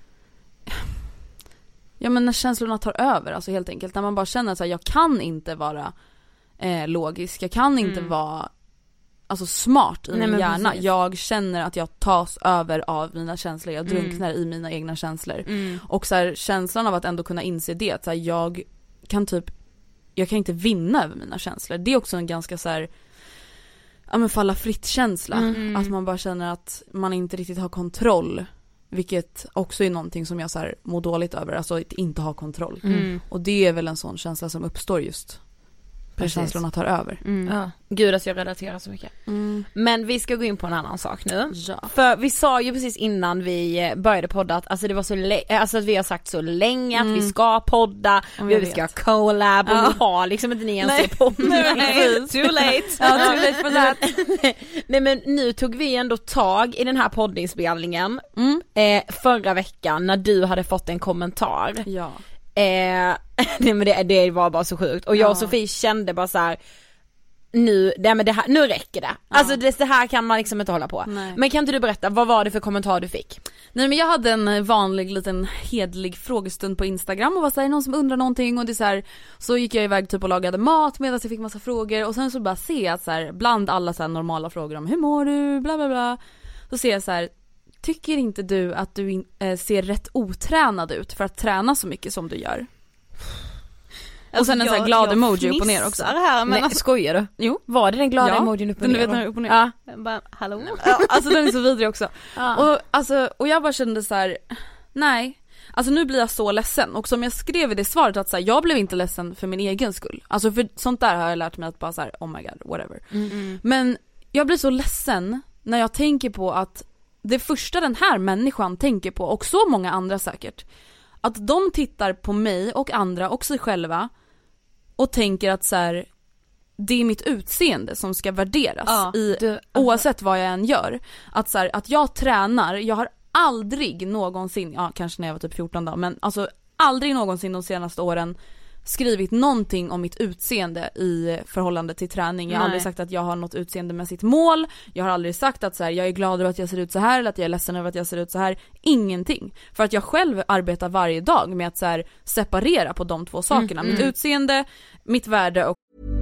ja, men när känslorna tar över, alltså helt enkelt när man bara känner att så här, jag kan inte vara eh, logisk, jag kan inte Mm. vara alltså smart i Nej, min men hjärna. precis. Jag känner att jag tas över av mina känslor, jag Mm. drunknar i mina egna känslor. Mm. Och så här, känslan av att ändå kunna inse det, att så här, jag kan typ jag kan inte vinna över mina känslor. Det är också en ganska så här, ja men falla fritt känsla. Mm. Att man bara känner att man inte riktigt har kontroll. Vilket också är någonting som jag så här mår dåligt över. Alltså att inte ha kontroll. Mm. Och det är väl en sån känsla som uppstår just när Precis. känslorna tar över. Mm. Ja. Gud, att jag relaterar så mycket. Men vi ska gå in på en annan sak nu. Ja. För vi sa ju precis innan vi började podda att alltså det var så lä- alltså att vi har sagt så länge att Mm. vi ska podda, Ja, vi, jag vi ska ha vet. collab, och Ja. nu har liksom inte ni ens Nej. det på mig. Nej, Too late. Ja, too late for that. Nej men nu tog vi ändå tag i den här poddinspelningen Mm. eh, förra veckan när du hade fått en kommentar. Ja. Eh, nej men det, det var bara så sjukt, och jag Ja. och Sofie kände bara så här: nu, det, men det här, nu räcker det. Alltså det, det här kan man liksom inte hålla på. Nej. Men kan inte du berätta, vad var det för kommentar du fick? Nej men jag hade en vanlig liten hedlig frågestund på Instagram och var så här, någon som undrar någonting, och det är så här, så gick jag iväg typ och lagade mat medan jag fick massa frågor, och sen så bara ser jag att så här, bland alla så här normala frågor om hur mår du, bla bla bla, så ser jag så här: tycker inte du att du in, äh, ser rätt otränad ut för att träna så mycket som du gör? Och sen en sån här glad emoji upp och ner också. Här, men Nej, alltså, skojar du? Jo. Var det den glada Ja, emojin upp och den du ner? vet när den är upp och ner. Ja. jag bara, hallå? Ja, alltså den är så vidrig också. Ja. Och, alltså, och jag bara kände så här: nej. Alltså nu blir jag så ledsen, och som jag skrev i det svaret att så här, jag blev inte ledsen för min egen skull. Alltså för sånt där har jag lärt mig att bara så här, oh my god, whatever. Mm. Men jag blir så ledsen när jag tänker på att det första den här människan tänker på, och så många andra säkert, att de tittar på mig och andra och sig själva och tänker att så här, det är mitt utseende som ska värderas Ja, i, du, alltså- oavsett vad jag än gör. Att så här, att jag tränar, jag har aldrig någonsin, ja kanske när jag var typ fjorton då, men alltså aldrig någonsin de senaste åren skrivit någonting om mitt utseende i förhållande till träning. Jag har Nej. aldrig sagt att jag har något utseendemässigt mål. Jag har aldrig sagt att så här, jag är glad över att jag ser ut så här, eller att jag är ledsen över att jag ser ut så här. Ingenting. För att jag själv arbetar varje dag med att så här, separera på de två sakerna. Mm, mitt mm. utseende, mitt värde och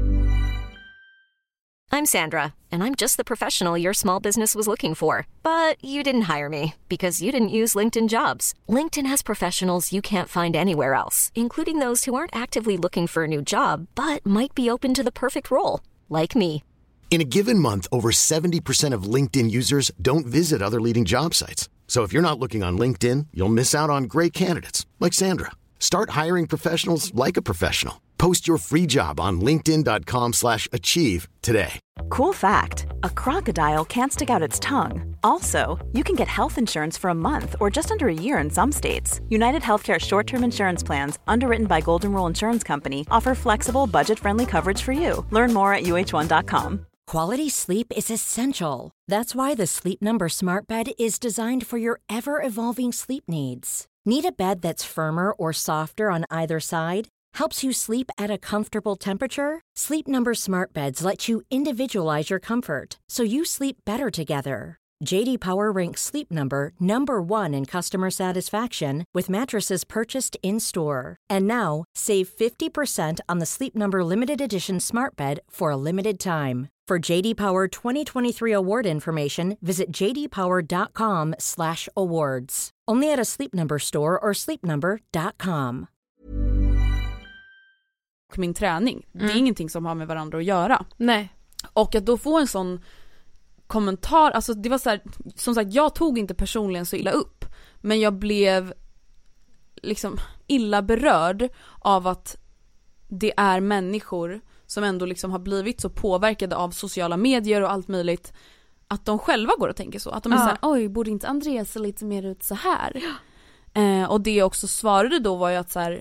I'm Sandra, and I'm just the professional your small business was looking for. But you didn't hire me because you didn't use LinkedIn Jobs. LinkedIn has professionals you can't find anywhere else, including those who aren't actively looking for a new job, but might be open to the perfect role, like me. In a given month, over seventy percent of LinkedIn users don't visit other leading job sites. So if you're not looking on LinkedIn, you'll miss out on great candidates like Sandra. Start hiring professionals like a professional. Post your free job on linkedin dot com slash achieve today. Cool fact, a crocodile can't stick out its tongue. Also, you can get health insurance for a month or just under a year in some states. United Healthcare short-term insurance plans, underwritten by Golden Rule Insurance Company, offer flexible, budget-friendly coverage for you. Learn more at U H one dot com. Quality sleep is essential. That's why the Sleep Number Smart Bed is designed for your ever-evolving sleep needs. Need a bed that's firmer or softer on either side? Helps you sleep at a comfortable temperature? Sleep Number Smart Beds let you individualize your comfort, so you sleep better together. J D Power ranks Sleep Number number one in customer satisfaction with mattresses purchased in-store. And now, save fifty percent on the Sleep Number Limited Edition Smart Bed for a limited time. For J D Power twenty twenty-three award information, visit j d power dot com slash awards. Only at a Sleep Number store or sleep number dot com. Min träning, Mm. det är ingenting som har med varandra att göra. Nej. Och att då få en sån kommentar, alltså det var så här, som sagt, jag tog inte personligen så illa upp, men jag blev liksom illa berörd av att det är människor som ändå liksom har blivit så påverkade av sociala medier och allt möjligt, att de själva går och tänker så, att de är Ja. så här, oj, borde inte Andreas se lite mer ut så här? Eh, och det jag också svarade då var ju att så här,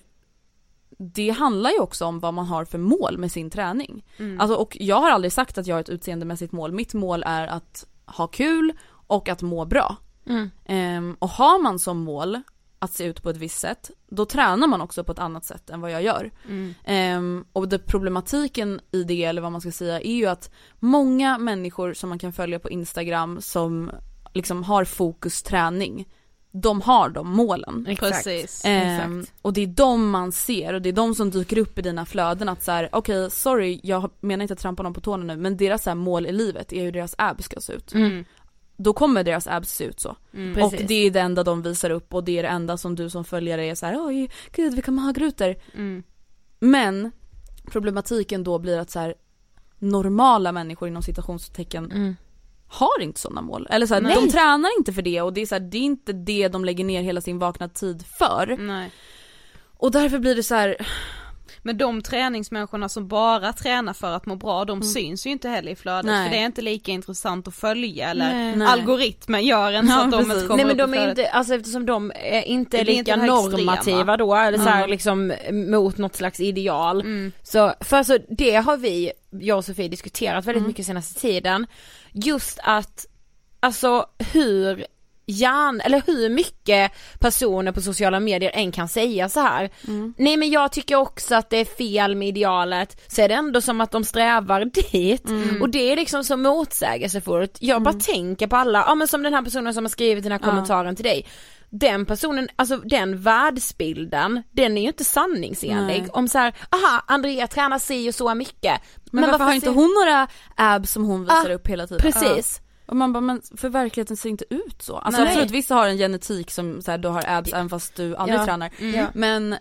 det handlar ju också om vad man har för mål med sin träning. Mm. Alltså, och jag har aldrig sagt att jag har ett utseendemässigt mål. Mitt mål är att ha kul och att må bra. Mm. Ehm, och har man som mål att se ut på ett visst sätt, då tränar man också på ett annat sätt än vad jag gör. Mm. Ehm, och det problematiken i det, eller vad man ska säga, är ju att många människor som man kan följa på Instagram som liksom har fokus träning, de har de målen. Exakt. Precis. Ehm, Exakt. och det är de man ser, och det är de som dyker upp i dina flöden, att så här, okej, okay, sorry, jag menar inte att trampa någon på tårna nu, men deras så här, mål i livet är hur deras abs ska se ut. Mm. Då kommer deras abs se ut så. Mm. Och Precis. det är det enda de visar upp, och det är det enda som du som följare är så här, oj, gud, vilka magrutor. Mm. Men problematiken då blir att så här, normala människor inom citationstecken Mm. har inte sådana mål. Eller så här, Nej. de tränar inte för det, och det är så här, det är inte det de lägger ner hela sin vakna tid för. Nej. Och därför blir det så här. Men de träningsmänniskorna som bara tränar för att må bra, de syns ju inte heller i flödet. Nej. För det är inte lika intressant att följa, eller Nej. Nej. algoritmen gör en så Ja, att de precis. inte kommer Nej, men upp de i är flödet. inte, alltså eftersom de är inte Det blir lika inte det här extrema. normativa då, eller så här Mm. liksom mot något slags ideal. Mm. Så, för alltså det har vi, jag och Sofie, diskuterat väldigt Mm. mycket senaste tiden. Just att, alltså hur hjärn, eller hur mycket personer på sociala medier än kan säga så här. Mm. Nej, men jag tycker också att det är fel med idealet, så är det ändå som att de strävar dit. Mm. Och det är liksom så motsägelsefullt. Jag bara tänker på alla, ja men som den här personen som har skrivit den här Ja. kommentaren till dig. Den personen, alltså den världsbilden, den är ju inte sanningsenlig. Nej. Om så här, aha, Andrea tränar sig och så mycket. Men, varför har inte ser- hon några abs som hon visar Ah, upp hela tiden? Precis. Och man bara, men för verkligheten ser inte ut så. Alltså Nej. absolut, vissa har en genetik som så här, du har abs även fast du aldrig Ja. tränar. Ja. Men,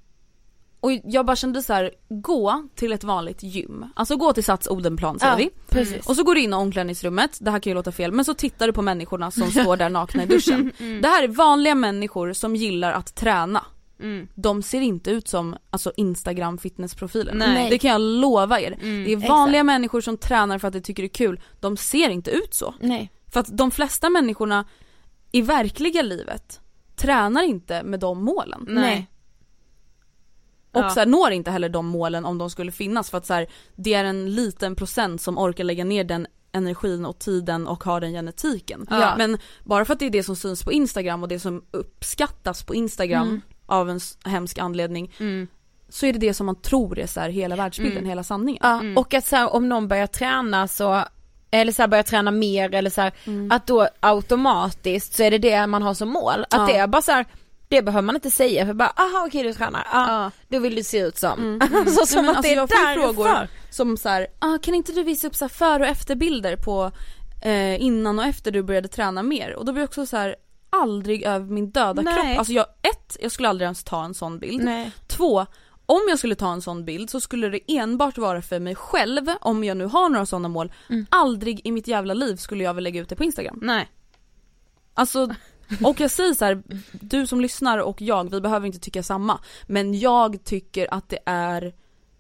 och jag bara kände så här, gå till ett vanligt gym. Alltså gå till Sats Odenplan, säger Ja, vi. precis. Och så går du in i omklädningsrummet, det här kan ju låta fel, men så tittar du på människorna som står där nakna i duschen. Det här är vanliga människor som gillar att träna. Mm. De ser inte ut som alltså Instagram fitnessprofiler. Nej. Det kan jag lova er. Mm, det är vanliga människor som tränar för att de tycker det är kul. De ser inte ut så. Nej. För att de flesta människorna i verkliga livet tränar inte med de målen. Nej. Och Ja. så här, når inte heller de målen om de skulle finnas, för att så här, det är en liten procent som orkar lägga ner den energin och tiden och har den genetiken. Ja. Men bara för att det är det som syns på Instagram och det som uppskattas på Instagram Mm. av en s- hemsk anledning, Mm. så är det det som man tror är så här hela världsbilden, Mm. hela sanningen. Ja, Mm. och att så här, om någon börjar träna så, eller så här, börjar träna mer, eller så här, att då automatiskt så är det det man har som mål. Att Ja. det är bara så här, det behöver man inte säga, för bara, aha, okej, du tränar, ja, Ja. då vill du se ut som. Mm. Alltså, som Nej, men att alltså, det är jag får ju därför. frågor som så här, ah, kan inte du visa upp så här för- och efterbilder på eh, innan och efter du började träna mer? Och då blir jag också så här, aldrig över min döda Nej. kropp. Alltså jag, ett, jag skulle aldrig ens ta en sån bild. Nej. Två, om jag skulle ta en sån bild så skulle det enbart vara för mig själv, om jag nu har några sådana mål. Mm. Aldrig i mitt jävla liv skulle jag väl lägga ut det på Instagram. Nej. Alltså Och jag säger så här, du som lyssnar och jag, vi behöver inte tycka samma. Men jag tycker att det är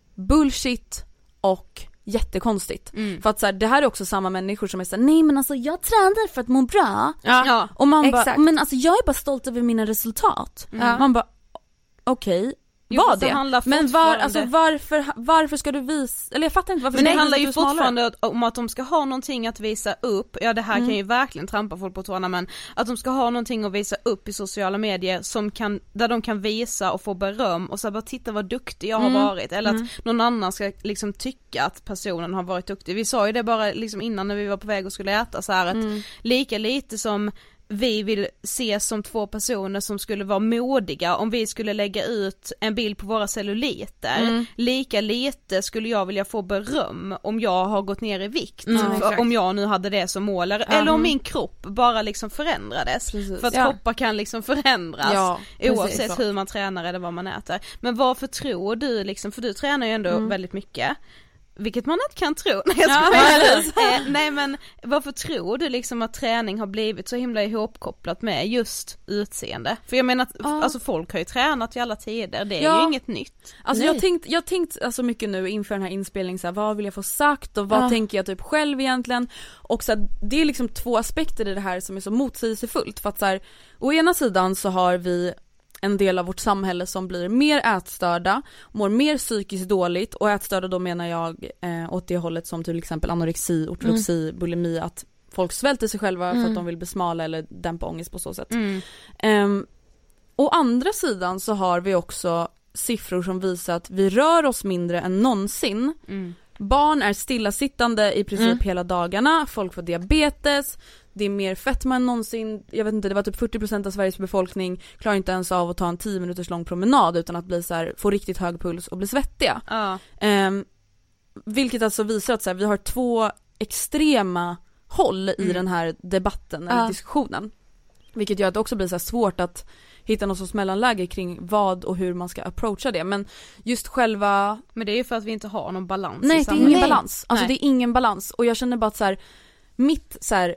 bullshit och jättekonstigt. Mm. För att så här, det här är också samma människor som är så här, nej men alltså jag tränar för att må bra. Ja. Och man Exakt. bara, men alltså jag är bara stolt över mina resultat. Mm. Man bara, okej. Okay. Var det? Men var, alltså, varför, varför ska du visa, eller jag fattar inte varför. Men det handlar ju fortfarande om att de ska ha någonting att visa upp. Ja, det här mm. kan ju verkligen trampa folk på tårna, men att de ska ha någonting att visa upp i sociala medier som kan, där de kan visa och få beröm och så bara titta vad duktig jag har mm. varit, eller att mm. någon annan ska liksom tycka att personen har varit duktig. Vi sa ju det bara liksom innan när vi var på väg och skulle äta så här att mm. lika lite som vi vill se som två personer som skulle vara modiga om vi skulle lägga ut en bild på våra celluliter. Mm. Lika lite skulle jag vilja få beröm om jag har gått ner i vikt. Mm, för, om jag nu hade det som mål. Eller, mm. eller om min kropp bara liksom förändrades. Precis. För att ja. kroppar kan liksom förändras ja, oavsett precis, hur man tränar eller vad man äter. Men varför tror du liksom, för du tränar ju ändå mm. väldigt mycket. Vilket man inte kan tro. Nej, jag eh, nej men varför tror du liksom att träning har blivit så himla ihopkopplat med just utseende? För jag menar att ah. alltså folk har ju tränat i alla tider. Det är ja. ju inget nytt. Alltså nej. jag tänkt jag tänkt alltså mycket nu inför den här inspelningen så här, vad vill jag få sagt och vad ah. tänker jag typ själv egentligen? Och så här, det är liksom två aspekter i det här som är så motsägelsefullt, för att så här, å ena sidan så har vi en del av vårt samhälle som blir mer ätstörda, mår mer psykiskt dåligt, och ätstörda då menar jag eh, åt det hållet som till exempel anorexi, ortodoxi, mm. bulimi, att folk svälter sig själva mm. för att de vill besmala eller dämpa ångest på så sätt. Mm. Um, å andra sidan så har vi också siffror som visar att vi rör oss mindre än någonsin. Mm. Barn är stillasittande i princip mm. hela dagarna, folk får diabetes, det är mer fetma än någonsin. Jag vet inte, det var typ fyrtio procent av Sveriges befolkning klarar inte ens av att ta en tio minuters lång promenad utan att bli så här, få riktigt hög puls och bli svettiga. Uh. Um, vilket alltså visar att så här, vi har två extrema håll i mm. den här debatten eller uh. diskussionen. Vilket gör att det också blir så här svårt att hitta något sorts mellanläge kring vad och hur man ska approacha det. Men just själva... Men det är ju för att vi inte har någon balans. Nej, i det är ingen Nej. balans. Alltså Nej. det är ingen balans. Och jag känner bara att så här, mitt så här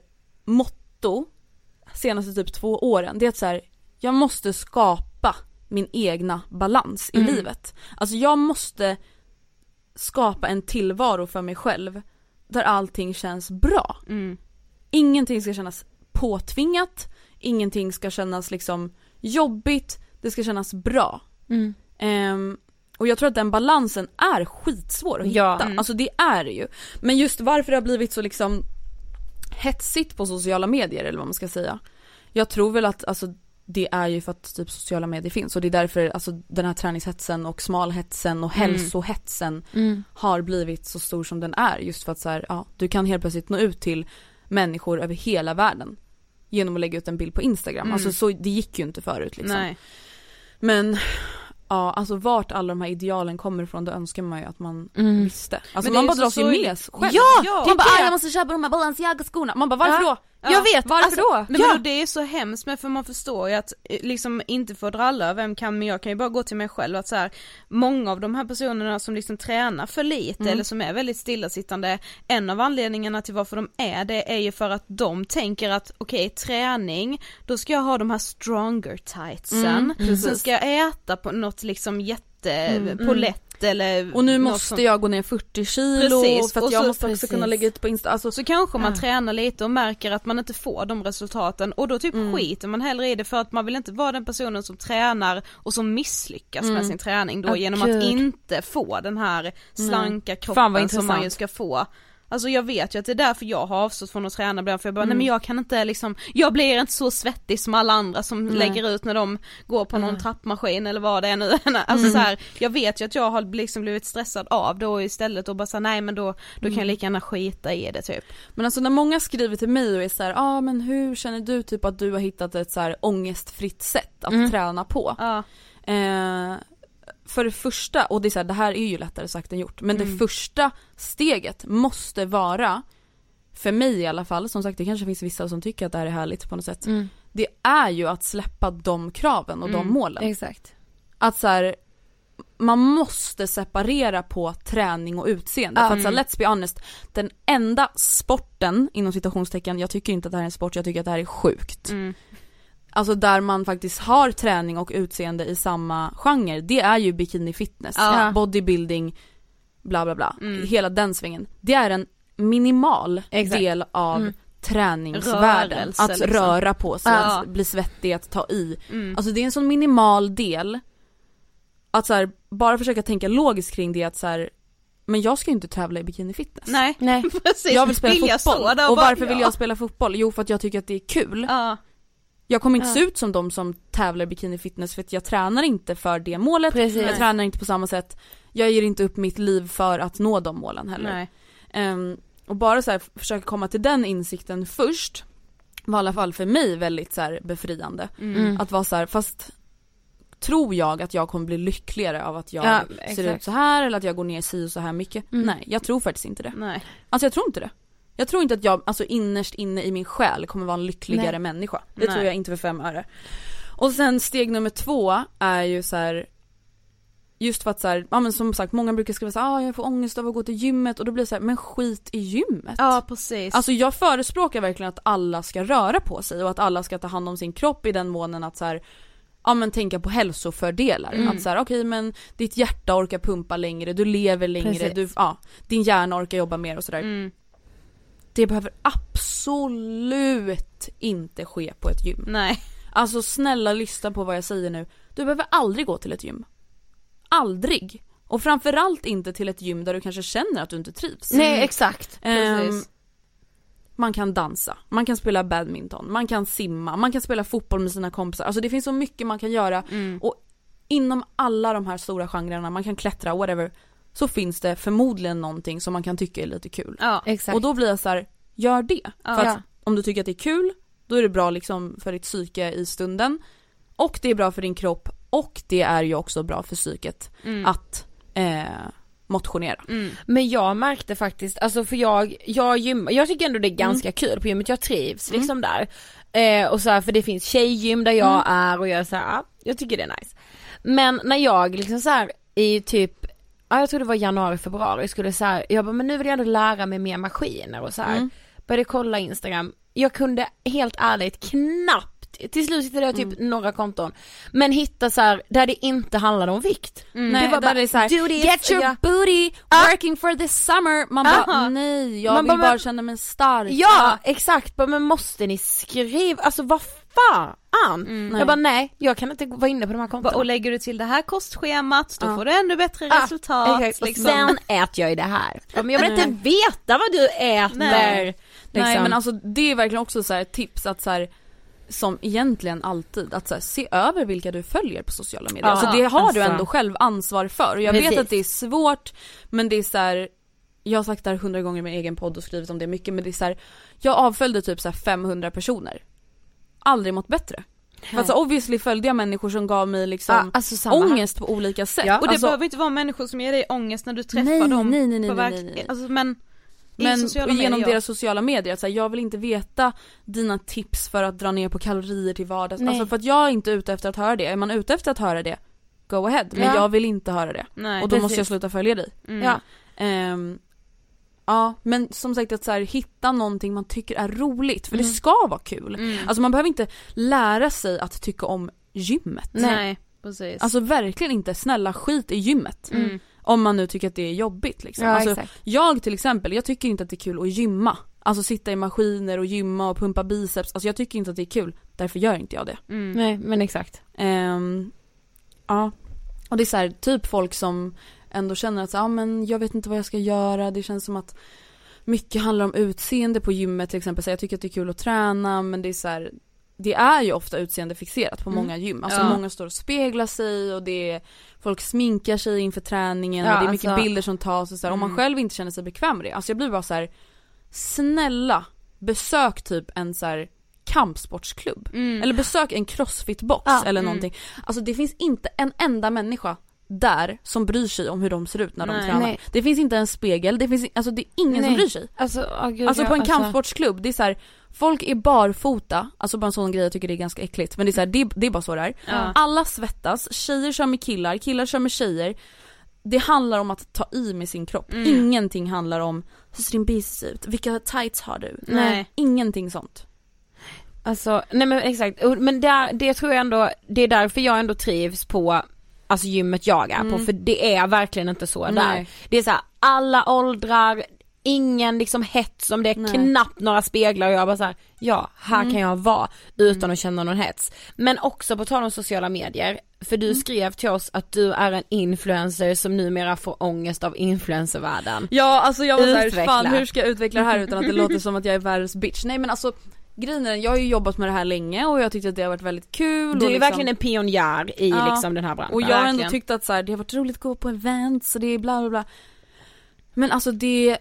motto senaste typ två åren, det är att så här, jag måste skapa min egna balans i mm. livet. Alltså jag måste skapa en tillvaro för mig själv där allting känns bra. Mm. Ingenting ska kännas påtvingat, ingenting ska kännas liksom jobbigt, det ska kännas bra. Mm. Um, och jag tror att den balansen är skitsvår att hitta. Ja. Mm. Alltså det är det ju. Men just varför det har blivit så liksom hetsigt på sociala medier eller vad man ska säga. Jag tror väl att alltså, det är ju för att typ sociala medier finns, och det är därför alltså, den här träningshetsen och smalhetsen och mm. hälsohetsen mm. har blivit så stor som den är, just för att så här, ja, du kan helt plötsligt nå ut till människor över hela världen genom att lägga ut en bild på Instagram. Mm. Alltså så, det gick ju inte förut liksom. Nej. Men ja, alltså vart alla de här idealen kommer ifrån, då önskar man ju att man mm. visste. Alltså man bara dras ju med själv. Ja, ja, man bara, jag måste köpa de här Balenciaga-skorna. Man bara, varför ja. då? Ja. Jag vet, varför alltså, då? Nej, ja. men det är så hemskt, men för man förstår ju att liksom inte få dralla, vem kan, men jag kan ju bara gå till mig själv att så här, många av de här personerna som liksom tränar för lite mm. eller som är väldigt stillasittande, en av anledningarna till varför de är det är ju för att de tänker att okej, okay, träning, då ska jag ha de här stronger tightsen, mm. så ska jag äta på något liksom jätte mm. på lätt. Eller och nu måste som... jag gå ner fyrtio kilo precis. för att och jag så, måste också precis. kunna lägga ut på Insta. Alltså, så kanske man ja. tränar lite och märker att man inte får de resultaten, och då typ mm. skiter man hellre i det, för att man vill inte vara den personen som tränar och som misslyckas mm. med sin träning då, oh, genom Gud. att inte få den här slanka mm. kroppen som man ju ska få. Alltså jag vet ju att det är därför jag har avstått från att träna ibland, för jag bara, mm. nej men jag kan inte liksom, jag blir inte så svettig som alla andra som nej. lägger ut när de går på någon mm. trappmaskin eller vad det är nu. Alltså mm. så här, jag vet ju att jag har liksom blivit stressad av då istället, och bara så nej men då, då mm. kan jag lika gärna skita i det typ. Men alltså när många skriver till mig och är så här, ja ah, men hur känner du typ att du har hittat ett så här ångestfritt sätt att mm. träna på? Ja. Eh, För det första, och det är så här, det här är ju lättare sagt än gjort, men mm. det första steget måste vara, för mig i alla fall, som sagt det kanske finns vissa som tycker att det här är härligt på något sätt, mm. det är ju att släppa de kraven och mm. de målen. Exakt. Att så här, man måste separera på träning och utseende. Mm. För att så här, let's be honest, den enda sporten inom citationstecken, jag tycker inte att det här är en sport, jag tycker att det här är sjukt. Mm. alltså där man faktiskt har träning och utseende i samma genre, det är ju bikini fitness, Ja. bodybuilding, bla bla bla, Mm. hela den svängen. Det är en minimal Exakt. del av Mm. träningsvärlden, Rörelse, att liksom. röra på sig, Ja. att bli svettig, att ta i. Mm. Alltså det är en sån minimal del att så här, bara försöka tänka logiskt kring det, att så här, men jag ska ju inte tävla i bikini fitness. Nej, Nej. precis. Jag vill spela jag fotboll. stå där Och bara, varför vill ja. jag spela fotboll? Jo, för att jag tycker att det är kul. Ja. Jag kommer inte Ja. se ut som de som tävlar i bikini fitness, för att jag tränar inte för det målet. Precis. Jag tränar inte på samma sätt. Jag ger inte upp mitt liv för att nå de målen heller. Nej. Ehm, och bara så här, försöka komma till den insikten först var i alla fall för mig väldigt så här befriande. Mm. Att vara så här, fast tror jag att jag kommer bli lyckligare av att jag Ja, ser exakt. ut så här, eller att jag går ner si och så här mycket? Mm. Nej, jag tror faktiskt inte det. Nej. Alltså jag tror inte det. Jag tror inte att jag, alltså innerst inne i min själ kommer vara en lyckligare Nej. människa. Det Nej. tror jag inte för fem öre. Och sen steg nummer två är ju så här, just för att så här, ja men som sagt, många brukar skriva så här, ah, jag får ångest av att gå till gymmet, och då blir det så här, men skit i gymmet. Ja, precis. Alltså jag förespråkar verkligen att alla ska röra på sig och att alla ska ta hand om sin kropp i den månen att så här, ja men tänka på hälsofördelar. Mm. Att så här, okej, men ditt hjärta orkar pumpa längre, du lever längre, Precis. du, ja, din hjärna orkar jobba mer och sådär. Mm. Det behöver absolut inte ske på ett gym. Nej. Alltså snälla, lyssna på vad jag säger nu. Du behöver aldrig gå till ett gym. Aldrig. Och framförallt inte till ett gym där du kanske känner att du inte trivs. Nej, exakt. Ehm, Precis. man kan dansa, man kan spela badminton, man kan simma, man kan spela fotboll med sina kompisar. Alltså det finns så mycket man kan göra. Mm. Och inom alla de här stora genrerna, man kan klättra, whatever, så finns det förmodligen någonting som man kan tycka är lite kul. Ja. Exakt. Och då blir jag så här, gör det. Ja. För att Ja. om du tycker att det är kul, då är det bra liksom för ditt psyke i stunden. Och det är bra för din kropp, och det är ju också bra för psyket Mm. att eh, motionera. Mm. Men jag märkte faktiskt, alltså för jag, jag gymmar, jag tycker ändå det är ganska kul på gymmet, jag trivs Mm. liksom där. Eh, och så här, för det finns tjejgym där jag Mm. är och jag är så här, ja, jag tycker det är nice. Men när jag liksom så här i typ, ja jag tror det var januari, februari, skulle så här, jag bara, men nu vill jag ändå lära mig mer maskiner och så här. Mm. Började kolla Instagram, jag kunde helt ärligt knappt, till slut hittade jag typ Mm. några konton, men hitta så här där det inte handlade om vikt. Nej, det var där bara är så här, do this, get your ja. booty Ah. working for this summer. Man Aha. bara, nej, jag Man vill bara, bara men- känna mig stark. Ja, exakt, men måste ni skriva, alltså vad fan? Nej. Jag bara nej, jag kan inte vara inne på de här kontona. Och lägger du till det här kostschemat, då Ja. får du ännu bättre Ja, resultat. exakt. Och liksom. sen äter jag ju det här. Ja, men jag vill inte veta vad du äter. Nej. Liksom. Nej, men alltså det är verkligen också så här ett tips att så här, som egentligen alltid, att så här, se över vilka du följer på sociala medier. Ja, alltså det har du alltså. ändå själv ansvar för. Och jag Precis. vet att det är svårt, men det är så här, jag har sagt det här hundra gånger i min egen podd och skrivit om det mycket, men det är så här, jag avföljde typ så här femhundra personer. Aldrig mått bättre. För alltså obviously följde jag människor som gav mig liksom Ja, alltså samma här. ångest på olika sätt. Ja. Och det alltså, behöver inte vara människor som ger dig ångest när du träffar Nej, dem nej, nej, nej, på nej, verk- nej, nej. Alltså, men i men sociala och genom medier, ja. deras sociala medier, att så här, jag vill inte veta dina tips för att dra ner på kalorier till vardags. Nej. Alltså för att jag är inte ute efter att höra det. Är man ute efter att höra det, go ahead. Men Ja. jag vill inte höra det. Nej, Och då precis. måste jag sluta följa dig. mm. Ja. Ehm, ja, men som sagt att så här, hitta någonting man tycker är roligt. För Mm. det ska vara kul. Mm. Alltså man behöver inte lära sig att tycka om gymmet. Nej, precis. Alltså verkligen inte, snälla skit i gymmet. Mm. Om man nu tycker att det är jobbigt liksom. Ja, alltså, exakt. jag till exempel, jag tycker inte att det är kul att gymma. Alltså sitta i maskiner och gymma och pumpa biceps. Alltså jag tycker inte att det är kul. Därför gör inte jag det. Mm. Nej, men exakt. Ehm, ja. Och det är så här, typ folk som ändå känner att så, ah, men jag vet inte vad jag ska göra. Det känns som att mycket handlar om utseende på gymmet till exempel. Så jag tycker att det är kul att träna, men det är så här, det är ju ofta utseendefixerat på Mm. många gym. Alltså Ja. många står och speglar sig och det är, folk sminkar sig inför träningen Ja, och det är mycket alltså- bilder som tas och så här, om man Mm. själv inte känner sig bekväm med det. Alltså jag blir bara så här, snälla besök typ en så här kampsportsklubb. Mm. Eller besök en crossfitbox Ja, eller mm. någonting. Alltså det finns inte en enda människa där som bryr sig om hur de ser ut när de Nej. tränar. Nej. Det finns inte en spegel, det finns alltså det är ingen som Nej. bryr sig. Alltså, åh, gud, Alltså jag- på en kampsportsklubb, det är så här, folk är barfota, alltså bara en sån grej jag tycker det är ganska äckligt, men det är så här, det, det är bara så det är. Ja. Alla svettas, tjejer kör med killar, killar kör med tjejer. Det handlar om att ta i med sin kropp. Mm. Ingenting handlar om hur ser din biceps ut, vilka tights har du? Nej. Ingenting sånt. Alltså, nej men exakt, men där, det tror jag ändå, det är därför jag ändå trivs på alltså gymmet jag är mm. på, för det är verkligen inte så nej. Där. Det är så här, alla åldrar, ingen liksom hets, om det är nej. Knappt några speglar och jag bara så här, ja, här mm. kan jag vara utan mm. att känna någon hets. Men också på tal om sociala medier, för du mm. skrev till oss att du är en influencer som numera får ångest av influencervärlden. Ja, alltså jag var såhär, fan hur ska jag utveckla det här utan att det låter som att jag är världens bitch. Nej men alltså, grejen är, jag har ju jobbat med det här länge och jag tyckte att det har varit väldigt kul. Du är liksom, verkligen en pionjär i ja, liksom den här branschen. Och jag har ändå tyckt att så här, det har varit roligt att gå på events och det är bla bla bla. Men alltså det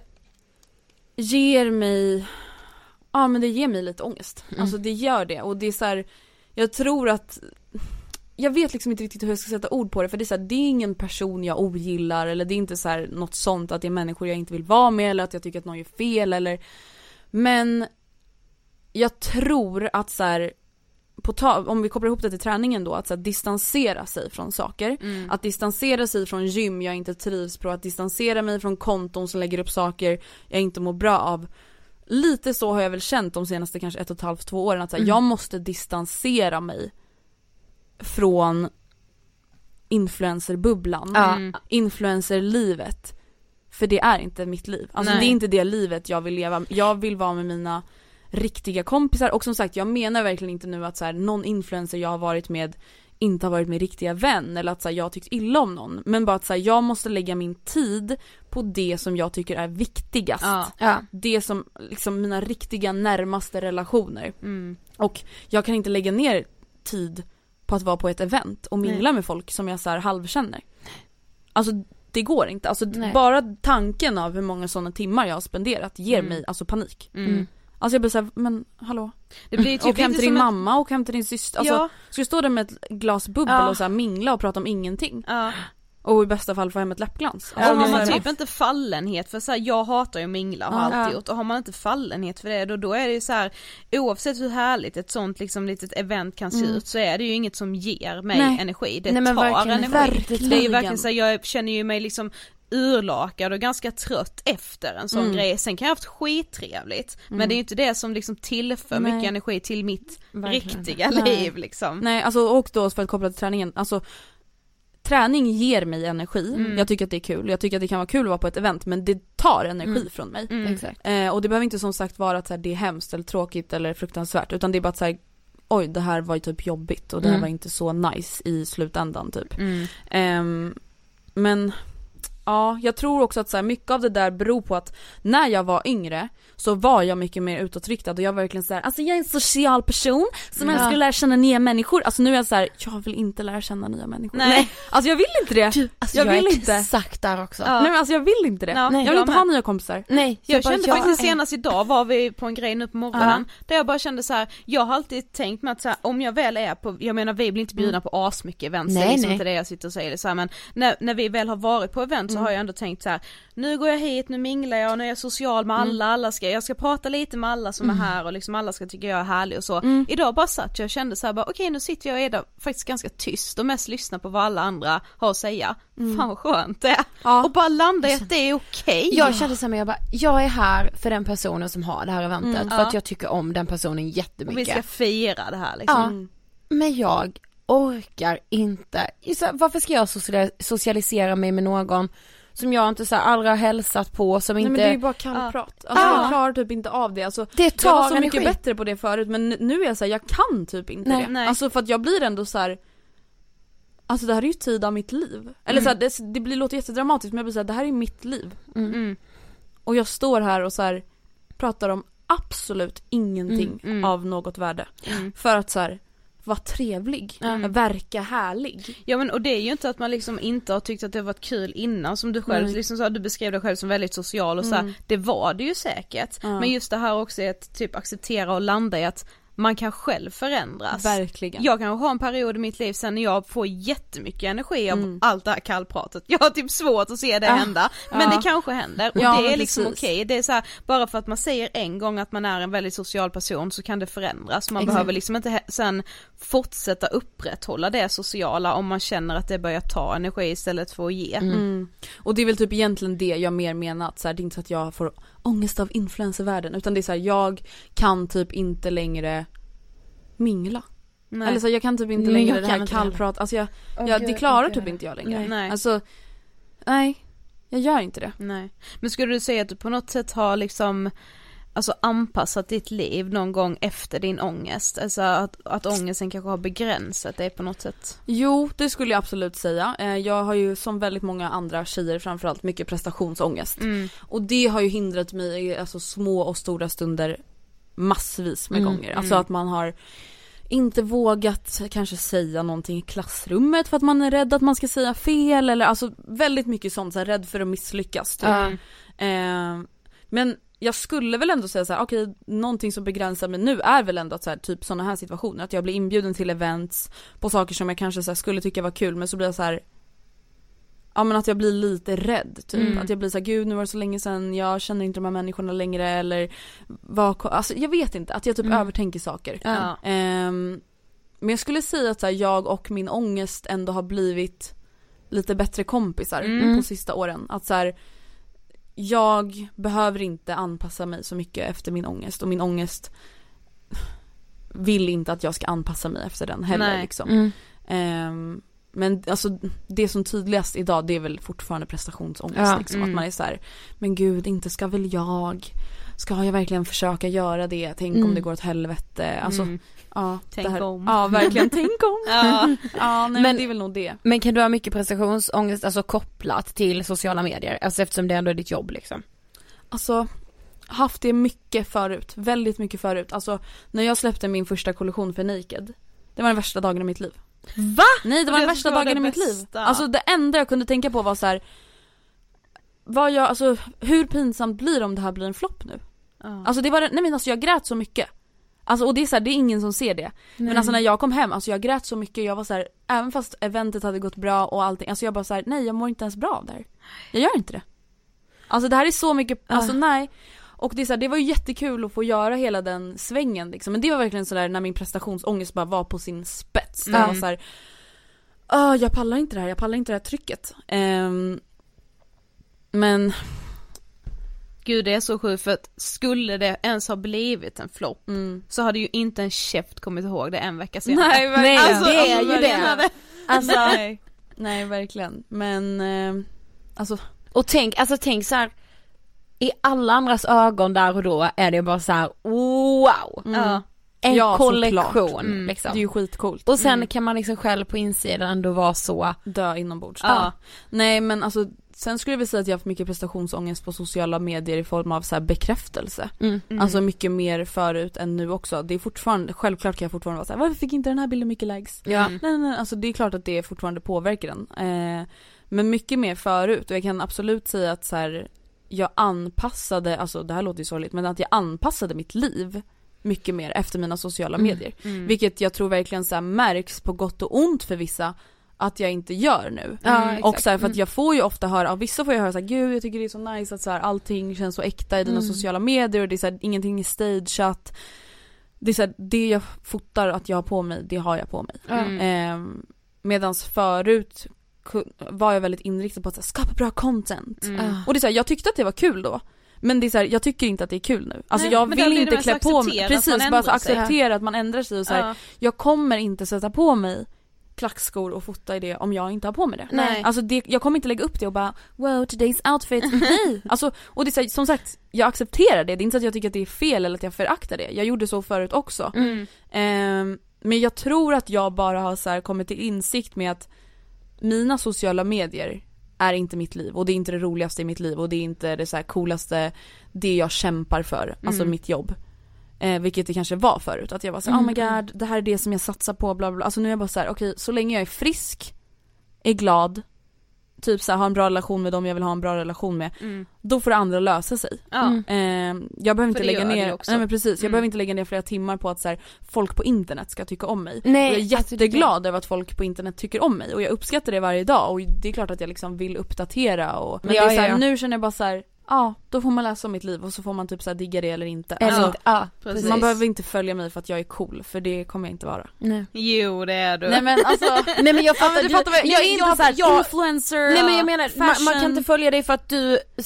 ger mig, ja men det ger mig lite ångest. Mm. Alltså det gör det, och det är så här, jag tror att jag vet liksom inte riktigt hur jag ska sätta ord på det, för det är så här, det är ingen person jag ogillar, eller det är inte så här något sånt att det är människor jag inte vill vara med, eller att jag tycker att någon gör fel, eller men jag tror att så här, på ta- om vi kopplar ihop det till träningen då, att så här, distansera sig från saker, mm. att distansera sig från gym jag inte trivs på, att distansera mig från konton som lägger upp saker jag inte mår bra av. Lite så har jag väl känt de senaste kanske ett och ett halvt, två åren, att så här, mm. jag måste distansera mig från influencerbubblan, mm. influencerlivet, för det är inte mitt liv. Alltså Nej. Det är inte det livet jag vill leva. Jag vill vara med mina riktiga kompisar, och som sagt, jag menar verkligen inte nu att så här, någon influencer jag har varit med inte har varit min riktiga vän, eller att så här, jag har tyckt illa om någon, men bara att så här, jag måste lägga min tid på det som jag tycker är viktigast. Ja. Ja. Det som liksom mina riktiga närmaste relationer. Mm. Och jag kan inte lägga ner tid på att vara på ett event och mingla Nej. Med folk som jag så här halvkänner. Alltså det går inte. Alltså bara tanken av hur många sådana timmar jag har spenderat ger mm. mig alltså panik. Mm. Alltså jag blir såhär, men hallå, det blir typ och hem till din mamma ett... och hem till din syster. Alltså, ja. Ska du stå där med ett glas bubbel ja. Och så här mingla och prata om ingenting? Ja. Och i bästa fall få hem ett läppglans. Alltså, och har man typ inte fallenhet för så här, jag hatar ju att mingla och har ja. Alltid gjort. Och har man inte fallenhet för det, då, då är det ju så här, oavsett hur härligt ett sånt liksom litet event kan se mm. ut, så är det ju inget som ger mig Nej. Energi. Det Nej, tar verkligen, energi. Verkligen. Det är ju verkligen så här, jag känner ju mig liksom urlakad och ganska trött efter en sån mm. grej. Sen kan jag ha haft skittrevligt, mm. men det är ju inte det som liksom tillför Nej. Mycket energi till mitt verkligen. Riktiga Nej. Liv liksom. Nej, alltså och då för att koppla till träningen, alltså träning ger mig energi. Mm. Jag tycker att det är kul. Jag tycker att det kan vara kul att vara på ett event, men det tar energi mm. från mig. Mm. Exakt. Eh, och det behöver inte som sagt vara att så här, det är hemskt eller tråkigt eller fruktansvärt, utan det är bara att så här, oj, det här var ju typ jobbigt och det här mm. var inte så nice i slutändan typ. Mm. Eh, men ja, jag tror också att så här, mycket av det där beror på att när jag var yngre så var jag mycket mer utåtriktad och jag var verkligen så här, alltså jag är en social person som älskar att lära känna nya människor. Alltså nu är jag så här, jag vill inte lära känna nya människor. Nej. Nej. Alltså jag vill inte det. Du, alltså jag, jag vill är inte. Exakt där också. Ja. Nej men alltså jag vill inte det. Ja. Nej, jag vill jag inte med. Ha nya kompisar. Nej, jag, jag kände bara, faktiskt jag... senast idag var vi på en grej nu på morgonen ja. Där jag bara kände så här, jag har alltid tänkt mig att så här, om jag väl är på, jag menar vi blir inte bjudna mm. på asmycket events, nej, det är liksom inte det jag sitter och säger det så här, men när, när vi väl har varit på event så mm. har jag ändå tänkt så här, nu går jag hit, nu minglar jag och nu är jag social med alla, mm. alla ska, jag ska prata lite med alla som mm. är här och liksom alla ska tycka jag är härlig och så. Mm. Idag bara satt jag och kände så här, bara okej okay, nu sitter jag och är där faktiskt ganska tyst och mest lyssnar på vad alla andra har att säga. Mm. Fan vad skönt det är. Ja. Och bara landa i att det är okej. Okay. Jag kände så här, jag bara, jag är här för den personen som har det här eventet mm. för ja. Att jag tycker om den personen jättemycket. Och vi ska fira det här liksom. Ja. Mm. Men jag orkar inte. Varför ska jag socialisera mig med någon som jag inte så här aldrig har hälsat på, som inte... Nej men det är ju bara kallprat. Ja. Alltså ah. jag klarar typ inte av det. Alltså, det tar jag var så energi. Mycket bättre på det förut, men nu är jag så här, jag kan typ inte nej, det. Nej. Alltså för att jag blir ändå så här. Alltså det här är ju tid av mitt liv. Mm. Eller så här, det, det blir låter jättedramatiskt, men jag blir så här, det här är mitt liv. Mm. Mm. Och jag står här och så här pratar om absolut ingenting mm. Mm. av något värde. Mm. För att så här var trevlig, mm. verka härlig. Ja men och det är ju inte att man liksom inte har tyckt att det har varit kul innan, som du själv mm. liksom sa, du beskrev dig själv som väldigt social och så här, mm. det var det ju säkert. Mm. Men just det här också är att typ acceptera och landa i att man kan själv förändras. Verkligen. Jag kan ha en period i mitt liv sen när jag får jättemycket energi av mm. allt det här kallpratet. Jag har typ svårt att se det ah. hända. Men ah. det kanske händer. Och ja, det är liksom okej. Okay. Det är så här, bara för att man säger en gång att man är en väldigt social person så kan det förändras. Man Exakt. Behöver liksom inte sen fortsätta upprätthålla det sociala om man känner att det börjar ta energi istället för att ge. Mm. Mm. Och det är väl typ egentligen det jag mer menar, att så här, det är inte så att jag får ångest av influencervärlden, utan det är så här, jag kan typ inte längre mingla. Nej. Eller så jag kan typ inte Men längre jag det kan här inte kallprat. Alltså jag, Oh, jag, Gud, det klarar inte typ det. inte jag längre. Nej. Alltså, nej. Jag gör inte det. Nej. Men skulle du säga att du på något sätt har liksom alltså anpassat ditt liv någon gång efter din ångest? Alltså att, att ångesten kanske har begränsat dig på något sätt? Jo, det skulle jag absolut säga. Jag har ju som väldigt många andra tjejer framförallt mycket prestationsångest. Mm. Och det har ju hindrat mig i alltså, små och stora stunder massvis med Mm, gånger. Alltså att man har inte vågat kanske säga någonting i klassrummet för att man är rädd att man ska säga fel. Eller alltså väldigt mycket sånt, så här, rädd för att misslyckas. Typ. Mm. Eh, men jag skulle väl ändå säga så här, okej, okay, någonting som begränsar mig nu är väl ändå att så här, typ sådana här situationer, att jag blir inbjuden till events på saker som jag kanske så här, skulle tycka var kul, men så blir jag så här, ja men att jag blir lite rädd typ, Mm. att jag blir så här, gud nu var det så länge sedan, jag känner inte de här människorna längre, eller vad, alltså jag vet inte, att jag typ Mm. övertänker saker. Ja. Um, men jag skulle säga att så här, jag och min ångest ändå har blivit lite bättre kompisar Mm. på sista åren, att så här, jag behöver inte anpassa mig så mycket efter min ångest, och min ångest vill inte att jag ska anpassa mig efter den heller. Nej. Liksom. Mm. Um, men alltså det som tydligast idag, det är väl fortfarande prestationsångest. Ja, liksom, mm. att man är så här, men gud, inte ska väl jag, ska jag verkligen försöka göra det, tänk Mm. om det går åt helvete. Alltså, Mm. ja, Tänk det här, om. Ja, verkligen, tänk om. Ja. Ja, nej, men, Men- det är väl nog det. Men kan du ha mycket prestationsångest alltså kopplat till sociala medier? Alltså eftersom det ändå är ditt jobb liksom. Alltså, haft det mycket förut, väldigt mycket förut. Alltså, när jag släppte min första kollektion för Naked, det var den värsta dagen i mitt liv. Va? Nej, det var Det den värsta var dagen det i mitt liv. bästa. Alltså det enda jag kunde tänka på var så här, vad jag, alltså hur pinsamt blir det om det här blir en flopp nu? Ja. Alltså det var, nej men alltså jag grät så mycket. Alltså och det är så här, det är ingen som ser det. Men alltså när jag kom hem, alltså jag grät så mycket, jag var så här, även fast eventet hade gått bra och allting, alltså jag bara så här, nej jag mår inte ens bra av det här. Jag gör inte det. Alltså det här är så mycket, alltså Ah. nej. Och det är så här, det var ju jättekul att få göra hela den svängen liksom. Men det var verkligen så där när min prestationsångest bara var på sin spets. Mm. Det var så här, "Åh, jag pallar inte det här, jag pallar inte det här trycket." Ehm, men Gud, det är så sjukt, för att skulle det ens ha blivit en flopp mm. så hade ju inte en käft kommit ihåg det en vecka senare. Nej, verkligen. Nej, Alltså, det är alltså, ju det. verkligen. Alltså, nej. nej, verkligen. Men ehm, alltså och tänk, alltså tänk så här, i alla andras ögon där och då är det bara så här, wow. mm. Ja. En Ja, kollektion såklart. mm. liksom. Det är ju skitcoolt. Och sen Mm. kan man liksom själv på insidan ändå vara så. Dö inombords. Ja. Nej, men alltså sen skulle jag vilja säga att jag har haft mycket prestationsångest på sociala medier i form av så här bekräftelse. Mm. Mm. Alltså mycket mer förut än nu också. Det är fortfarande, självklart kan jag fortfarande vara så här, varför fick inte den här bilden mycket likes? Ja. Mm. Nej, nej, nej, alltså det är klart att det fortfarande påverkar den. Eh, men mycket mer förut, och jag kan absolut säga att så här, jag anpassade, alltså det här låter ju sorgligt, men att jag anpassade mitt liv mycket mer efter mina sociala Mm. medier. Mm. Vilket jag tror verkligen så här märks på gott och ont för vissa att jag inte gör nu. Ja, Mm. exakt. Och så här, för att Mm. jag får ju ofta höra, av vissa får jag höra så här, gud jag tycker det är så nice att så här, allting känns så äkta i dina Mm. sociala medier, och det är så här, ingenting är stageat. Det är så här, det jag fotar att jag har på mig, det har jag på mig. Mm. Eh, medans förut ku- var jag väldigt inriktad på att så här, skapa bra content. Mm. Och det är så här, jag tyckte att det var kul då. Men det är så här, jag tycker inte att det är kul nu. Alltså Nej, jag men då vill blir det inte mest klä på mig. accepterat att Precis, man bara ändrar så sig. acceptera att man ändrar sig och så här, Ja. jag kommer inte sätta på mig klackskor och fota i det om jag inte har på mig det. Nej. Alltså det, jag kommer inte lägga upp det och bara wow, today's outfit. Nej. Alltså, och det är så här, som sagt, jag accepterar det. Det är inte så att jag tycker att det är fel eller att jag föraktar det. Jag gjorde så förut också. Mm. Ehm, men jag tror att jag bara har så här kommit till insikt med att mina sociala medier är inte mitt liv, och det är inte det roligaste i mitt liv, och det är inte det så här coolaste, det jag kämpar för, alltså Mm. mitt jobb. Eh, vilket det kanske var förut, att jag var så här, Mm. oh my god, det här är det som jag satsar på, bla bla bla. Alltså nu är jag bara så här, okej, så länge jag är frisk, är glad, typ så här, har en bra relation med dem jag vill ha en bra relation med, Mm. då får det andra lösa sig. Ja. Mm. Eh, jag behöver inte För det lägga gör det ner, också. nej men precis, jag Mm. behöver inte lägga ner flera timmar på att så här, folk på internet ska tycka om mig. Nej, Och jag är alltså, det- jätteglad över att folk på internet tycker om mig, och jag uppskattar det varje dag, och det är klart att jag liksom vill uppdatera och, men Ja, det är så här, ja, ja. nu känner jag bara så här, ja, då får man läsa om mitt liv och så får man typ så här digga det eller inte. Eller Alltså, inte, ja, precis. man behöver inte följa mig för att jag är cool, för det kommer jag inte vara. Nej. Jo, det är du. Nej men alltså, Nej men jag ja, fattar, men du fattar vad, jag är inte jag- så här jag- influencer. Nej men jag menar, man, man kan fashion. inte följa dig för att du så här,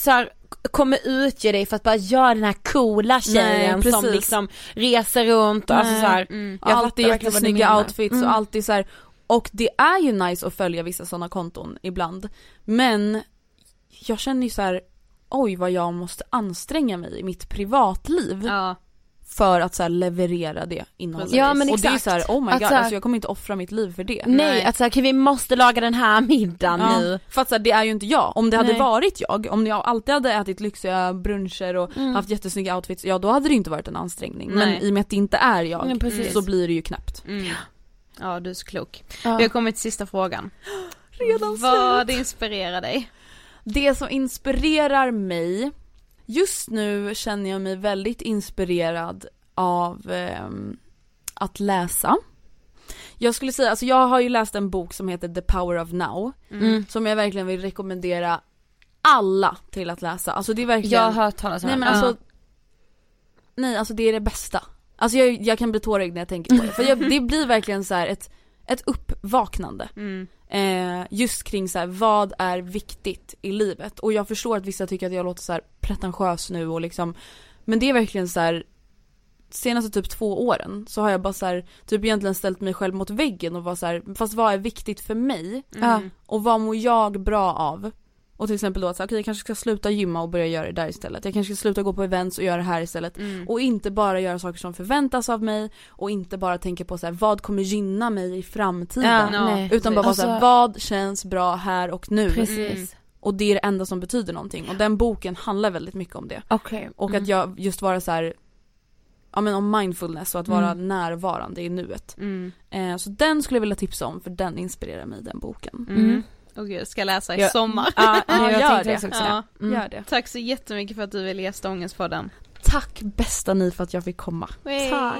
kommer utge dig för att bara göra den här coola tjejen Nej, som liksom reser runt och alltså så här, mm. jag alltid jättesnygga outfits mm. och alltid så här. Och det är ju nice att följa vissa sådana konton ibland, men jag känner ju så här: oj vad jag måste anstränga mig i mitt privatliv ja. för att så här leverera det innehållet. Ja, men och exakt. det är så här, oh my att god, så här, alltså jag kommer inte offra mitt liv för det. Nej, nej. att så här, okay, vi måste laga den här middagen ja, nu. för att så här, det är ju inte jag. Om det hade nej. varit jag, om jag alltid hade ätit lyxiga bruncher och mm. haft jättesnygga outfits, ja då hade det inte varit en ansträngning. Nej. Men i och med att det inte är jag, nej, så blir det ju knappt. Mm. Ja, du är så klok. Ja. Vi har kommit till sista frågan. Redan Vad slut. inspirerar dig? Det som inspirerar mig, just nu känner jag mig väldigt inspirerad av eh, att läsa. Jag skulle säga, alltså jag har ju läst en bok som heter The Power of Now, Mm. som jag verkligen vill rekommendera alla till att läsa. Alltså det är verkligen... Jag har hört talas om Nej det. men alltså, nej alltså det är det bästa. Alltså jag, jag kan bli tårögd när jag tänker på det. För jag, det blir verkligen så här ett, ett uppvaknande. Mm. Eh, just kring så här, vad är viktigt i livet. Och jag förstår att vissa tycker att jag låter så här pretentiös nu och liksom, men det är verkligen så här, senaste typ två åren så har jag bara så här, typ egentligen ställt mig själv mot väggen och var så här, fast vad är viktigt för mig? Mm. Och vad mår jag bra av? Och till exempel då att säga, okej, jag kanske ska sluta gymma och börja göra det där istället. Jag kanske ska sluta gå på events och göra det här istället. Mm. Och inte bara göra saker som förväntas av mig. Och inte bara tänka på så här, vad kommer gynna mig i framtiden. Ja, nej, utan bara vara så här, alltså, vad känns bra här och nu. precis. Mm. Och det är det enda som betyder någonting. Och den boken handlar väldigt mycket om det. Okay. Och mm. att jag just vara så här, ja men om mindfulness och att vara Mm. närvarande i nuet. Mm. Eh, så den skulle jag vilja tipsa om, för den inspirerar mig, den boken. Mm. Och gud, ska läsa i Ja. sommar. Ja, Ja, jag gör tänkte det. också också Ja. det. Mm. Gör det. Tack så jättemycket för att du ville gästa Ångestpodden. Tack bästa ni för att jag fick komma. Tack.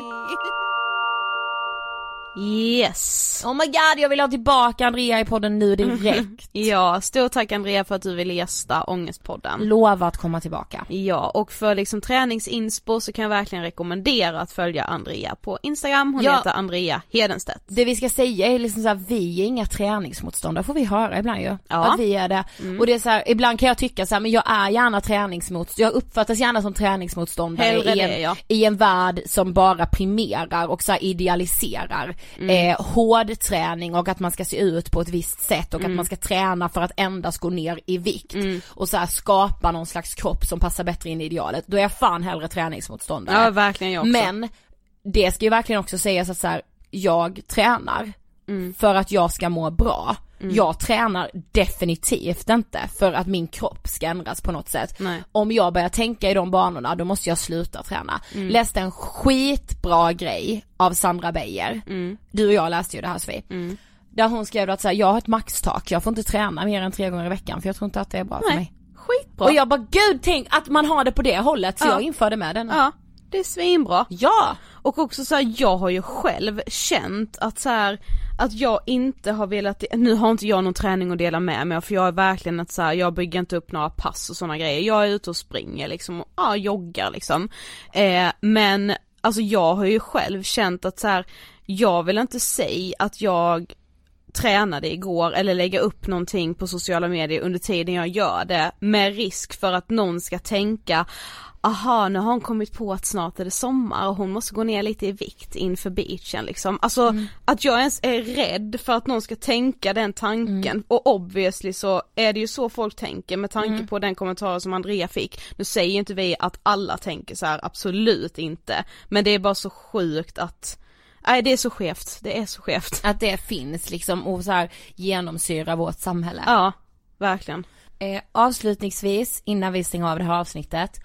Yes. Oh my god, jag vill ha tillbaka Andrea i podden nu direkt. Ja, stort tack Andrea för att du ville gästa Ångestpodden. Lova att komma tillbaka. Ja, och för liksom träningsinspo så kan jag verkligen rekommendera att följa Andrea på Instagram. Hon Ja. heter Andrea Hedenstedt. Det vi ska säga är liksom så här, vi är inga träningsmotståndare, får vi höra ibland ju. Ja. Att vi är det. Mm. Och det är så här, ibland kan jag tycka så här, men jag är gärna träningsmotståndare. Jag uppfattas gärna som träningsmotståndare Hellre i en, det, ja. i en värld som bara primerar och så här idealiserar Mm. eh, hård träning och att man ska se ut på ett visst sätt och Mm. att man ska träna för att endast gå ner i vikt Mm. och så här skapa någon slags kropp som passar bättre in i idealet. Då är jag fan hellre träningsmotståndare. Ja, verkligen jag också. Men det ska ju verkligen också sägas att så här, jag tränar Mm. för att jag ska må bra. Mm. Jag tränar definitivt inte för att min kropp ska ändras på något sätt. Nej. Om jag börjar tänka i de banorna, då måste jag sluta träna. Mm. Läste en skitbra grej av Sandra Beijer. Mm. Du och jag läste ju det här, Svi. Mm. Där hon skrev att så här, jag har ett maxtak. Jag får inte träna mer än tre gånger i veckan för jag tror inte att det är bra Nej. för mig. Skitbra. Och jag bara, gud, tänk att man har det på det hållet. Så Ja. jag införde med den. Ja, det är svinbra. Ja. Och också så här, jag har ju själv känt att så här, att jag inte har velat, nu har inte jag någon träning att dela med mig, för jag är verkligen att så här, jag bygger inte upp några pass och såna grejer. Jag är ute och springer liksom, och ja, joggar liksom. Eh, men alltså jag har ju själv känt att så här, jag vill inte säga att jag tränade igår eller lägga upp någonting på sociala medier under tiden jag gör det, med risk för att någon ska tänka, aha, nu har hon kommit på att snart är det sommar och hon måste gå ner lite i vikt inför beachen liksom. Alltså mm. att jag ens är rädd för att någon ska tänka den tanken. Mm. Och obviously så är det ju så folk tänker med tanke mm. på den kommentaren som Andrea fick. Nu säger inte vi att alla tänker så här, absolut inte. Men det är bara så sjukt att, nej, det är så skevt, det är så skevt. Att det finns liksom och så här genomsyra vårt samhälle. Ja, verkligen. Eh, avslutningsvis, innan vi stänger av det här avsnittet,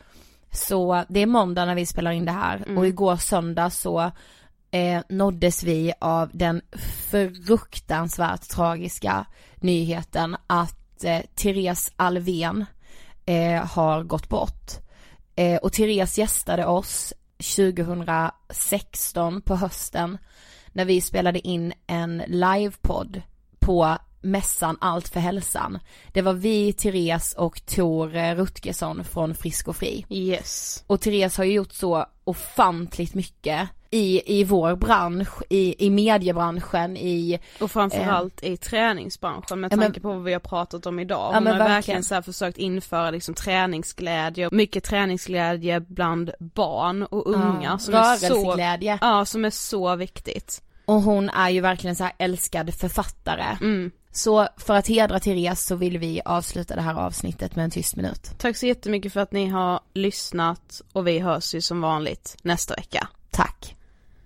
så det är måndag när vi spelar in det här mm. och igår söndag så eh, nåddes vi av den fruktansvärt tragiska nyheten att eh, Therese Alvén eh, har gått bort. Eh, och Therese gästade oss tjugohundrasexton på hösten när vi spelade in en livepodd på mässan Allt för hälsan. Det var vi, Therese och Tor Rutgersson från Frisk och Fri. Yes. Och Therese har ju gjort så ofantligt mycket i, i vår bransch, i, i mediebranschen, i... Och framförallt eh, i träningsbranschen med ja, tanke men, på vad vi har pratat om idag. Hon ja, men har verkligen, verkligen så här försökt införa liksom träningsglädje, mycket träningsglädje bland barn och unga. Ja, som, är så, ja, som är så viktigt. Och hon är ju verkligen så här älskad författare. Mm. Så för att hedra Therese så vill vi avsluta det här avsnittet med en tyst minut. Tack så jättemycket för att ni har lyssnat och vi hörs ju som vanligt nästa vecka. Tack.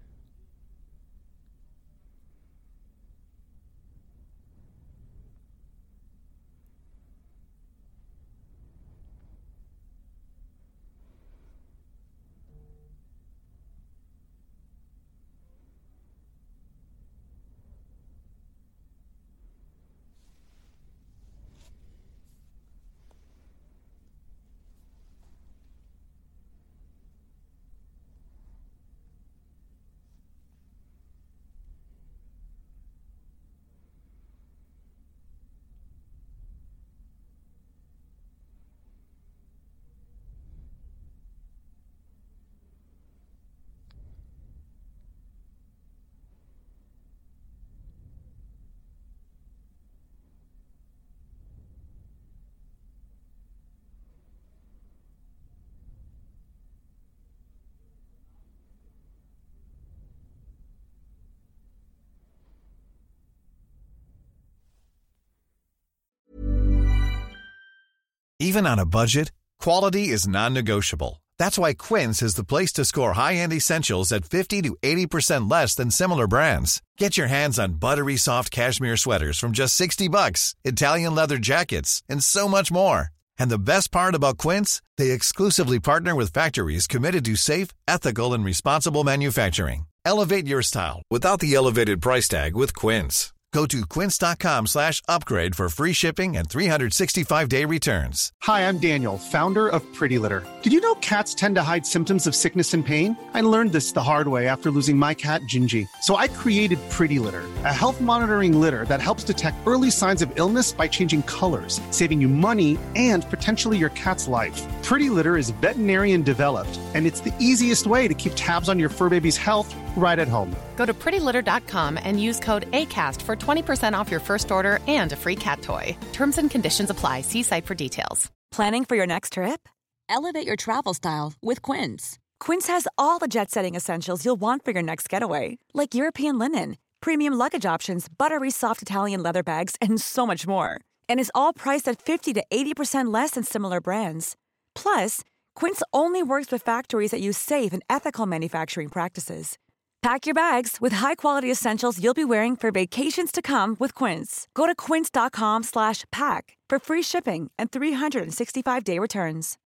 Even on a budget, quality is non-negotiable. That's why Quince is the place to score high-end essentials at fifty to eighty percent less than similar brands. Get your hands on buttery soft cashmere sweaters from just sixty bucks, Italian leather jackets, and so much more. And the best part about Quince, they exclusively partner with factories committed to safe, ethical, and responsible manufacturing. Elevate your style without the elevated price tag with Quince. Go to quince.com slash upgrade for free shipping and three sixty-five day returns. Hi, I'm Daniel, founder of Pretty Litter. Did you know cats tend to hide symptoms of sickness and pain? I learned this the hard way after losing my cat, Gingy. So I created Pretty Litter, a health monitoring litter that helps detect early signs of illness by changing colors, saving you money and potentially your cat's life. Pretty Litter is veterinarian developed, and it's the easiest way to keep tabs on your fur baby's health right at home. Go to pretty litter dot com and use code ACAST for twenty percent off your first order and a free cat toy. Terms and conditions apply. See site for details. Planning for your next trip? Elevate your travel style with Quince. Quince has all the jet-setting essentials you'll want for your next getaway, like European linen, premium luggage options, buttery soft Italian leather bags, and so much more. And is all priced at fifty to eighty percent less than similar brands. Plus, Quince only works with factories that use safe and ethical manufacturing practices. Pack your bags with high-quality essentials you'll be wearing for vacations to come with Quince. Go to quince.com slash pack for free shipping and three sixty-five day returns.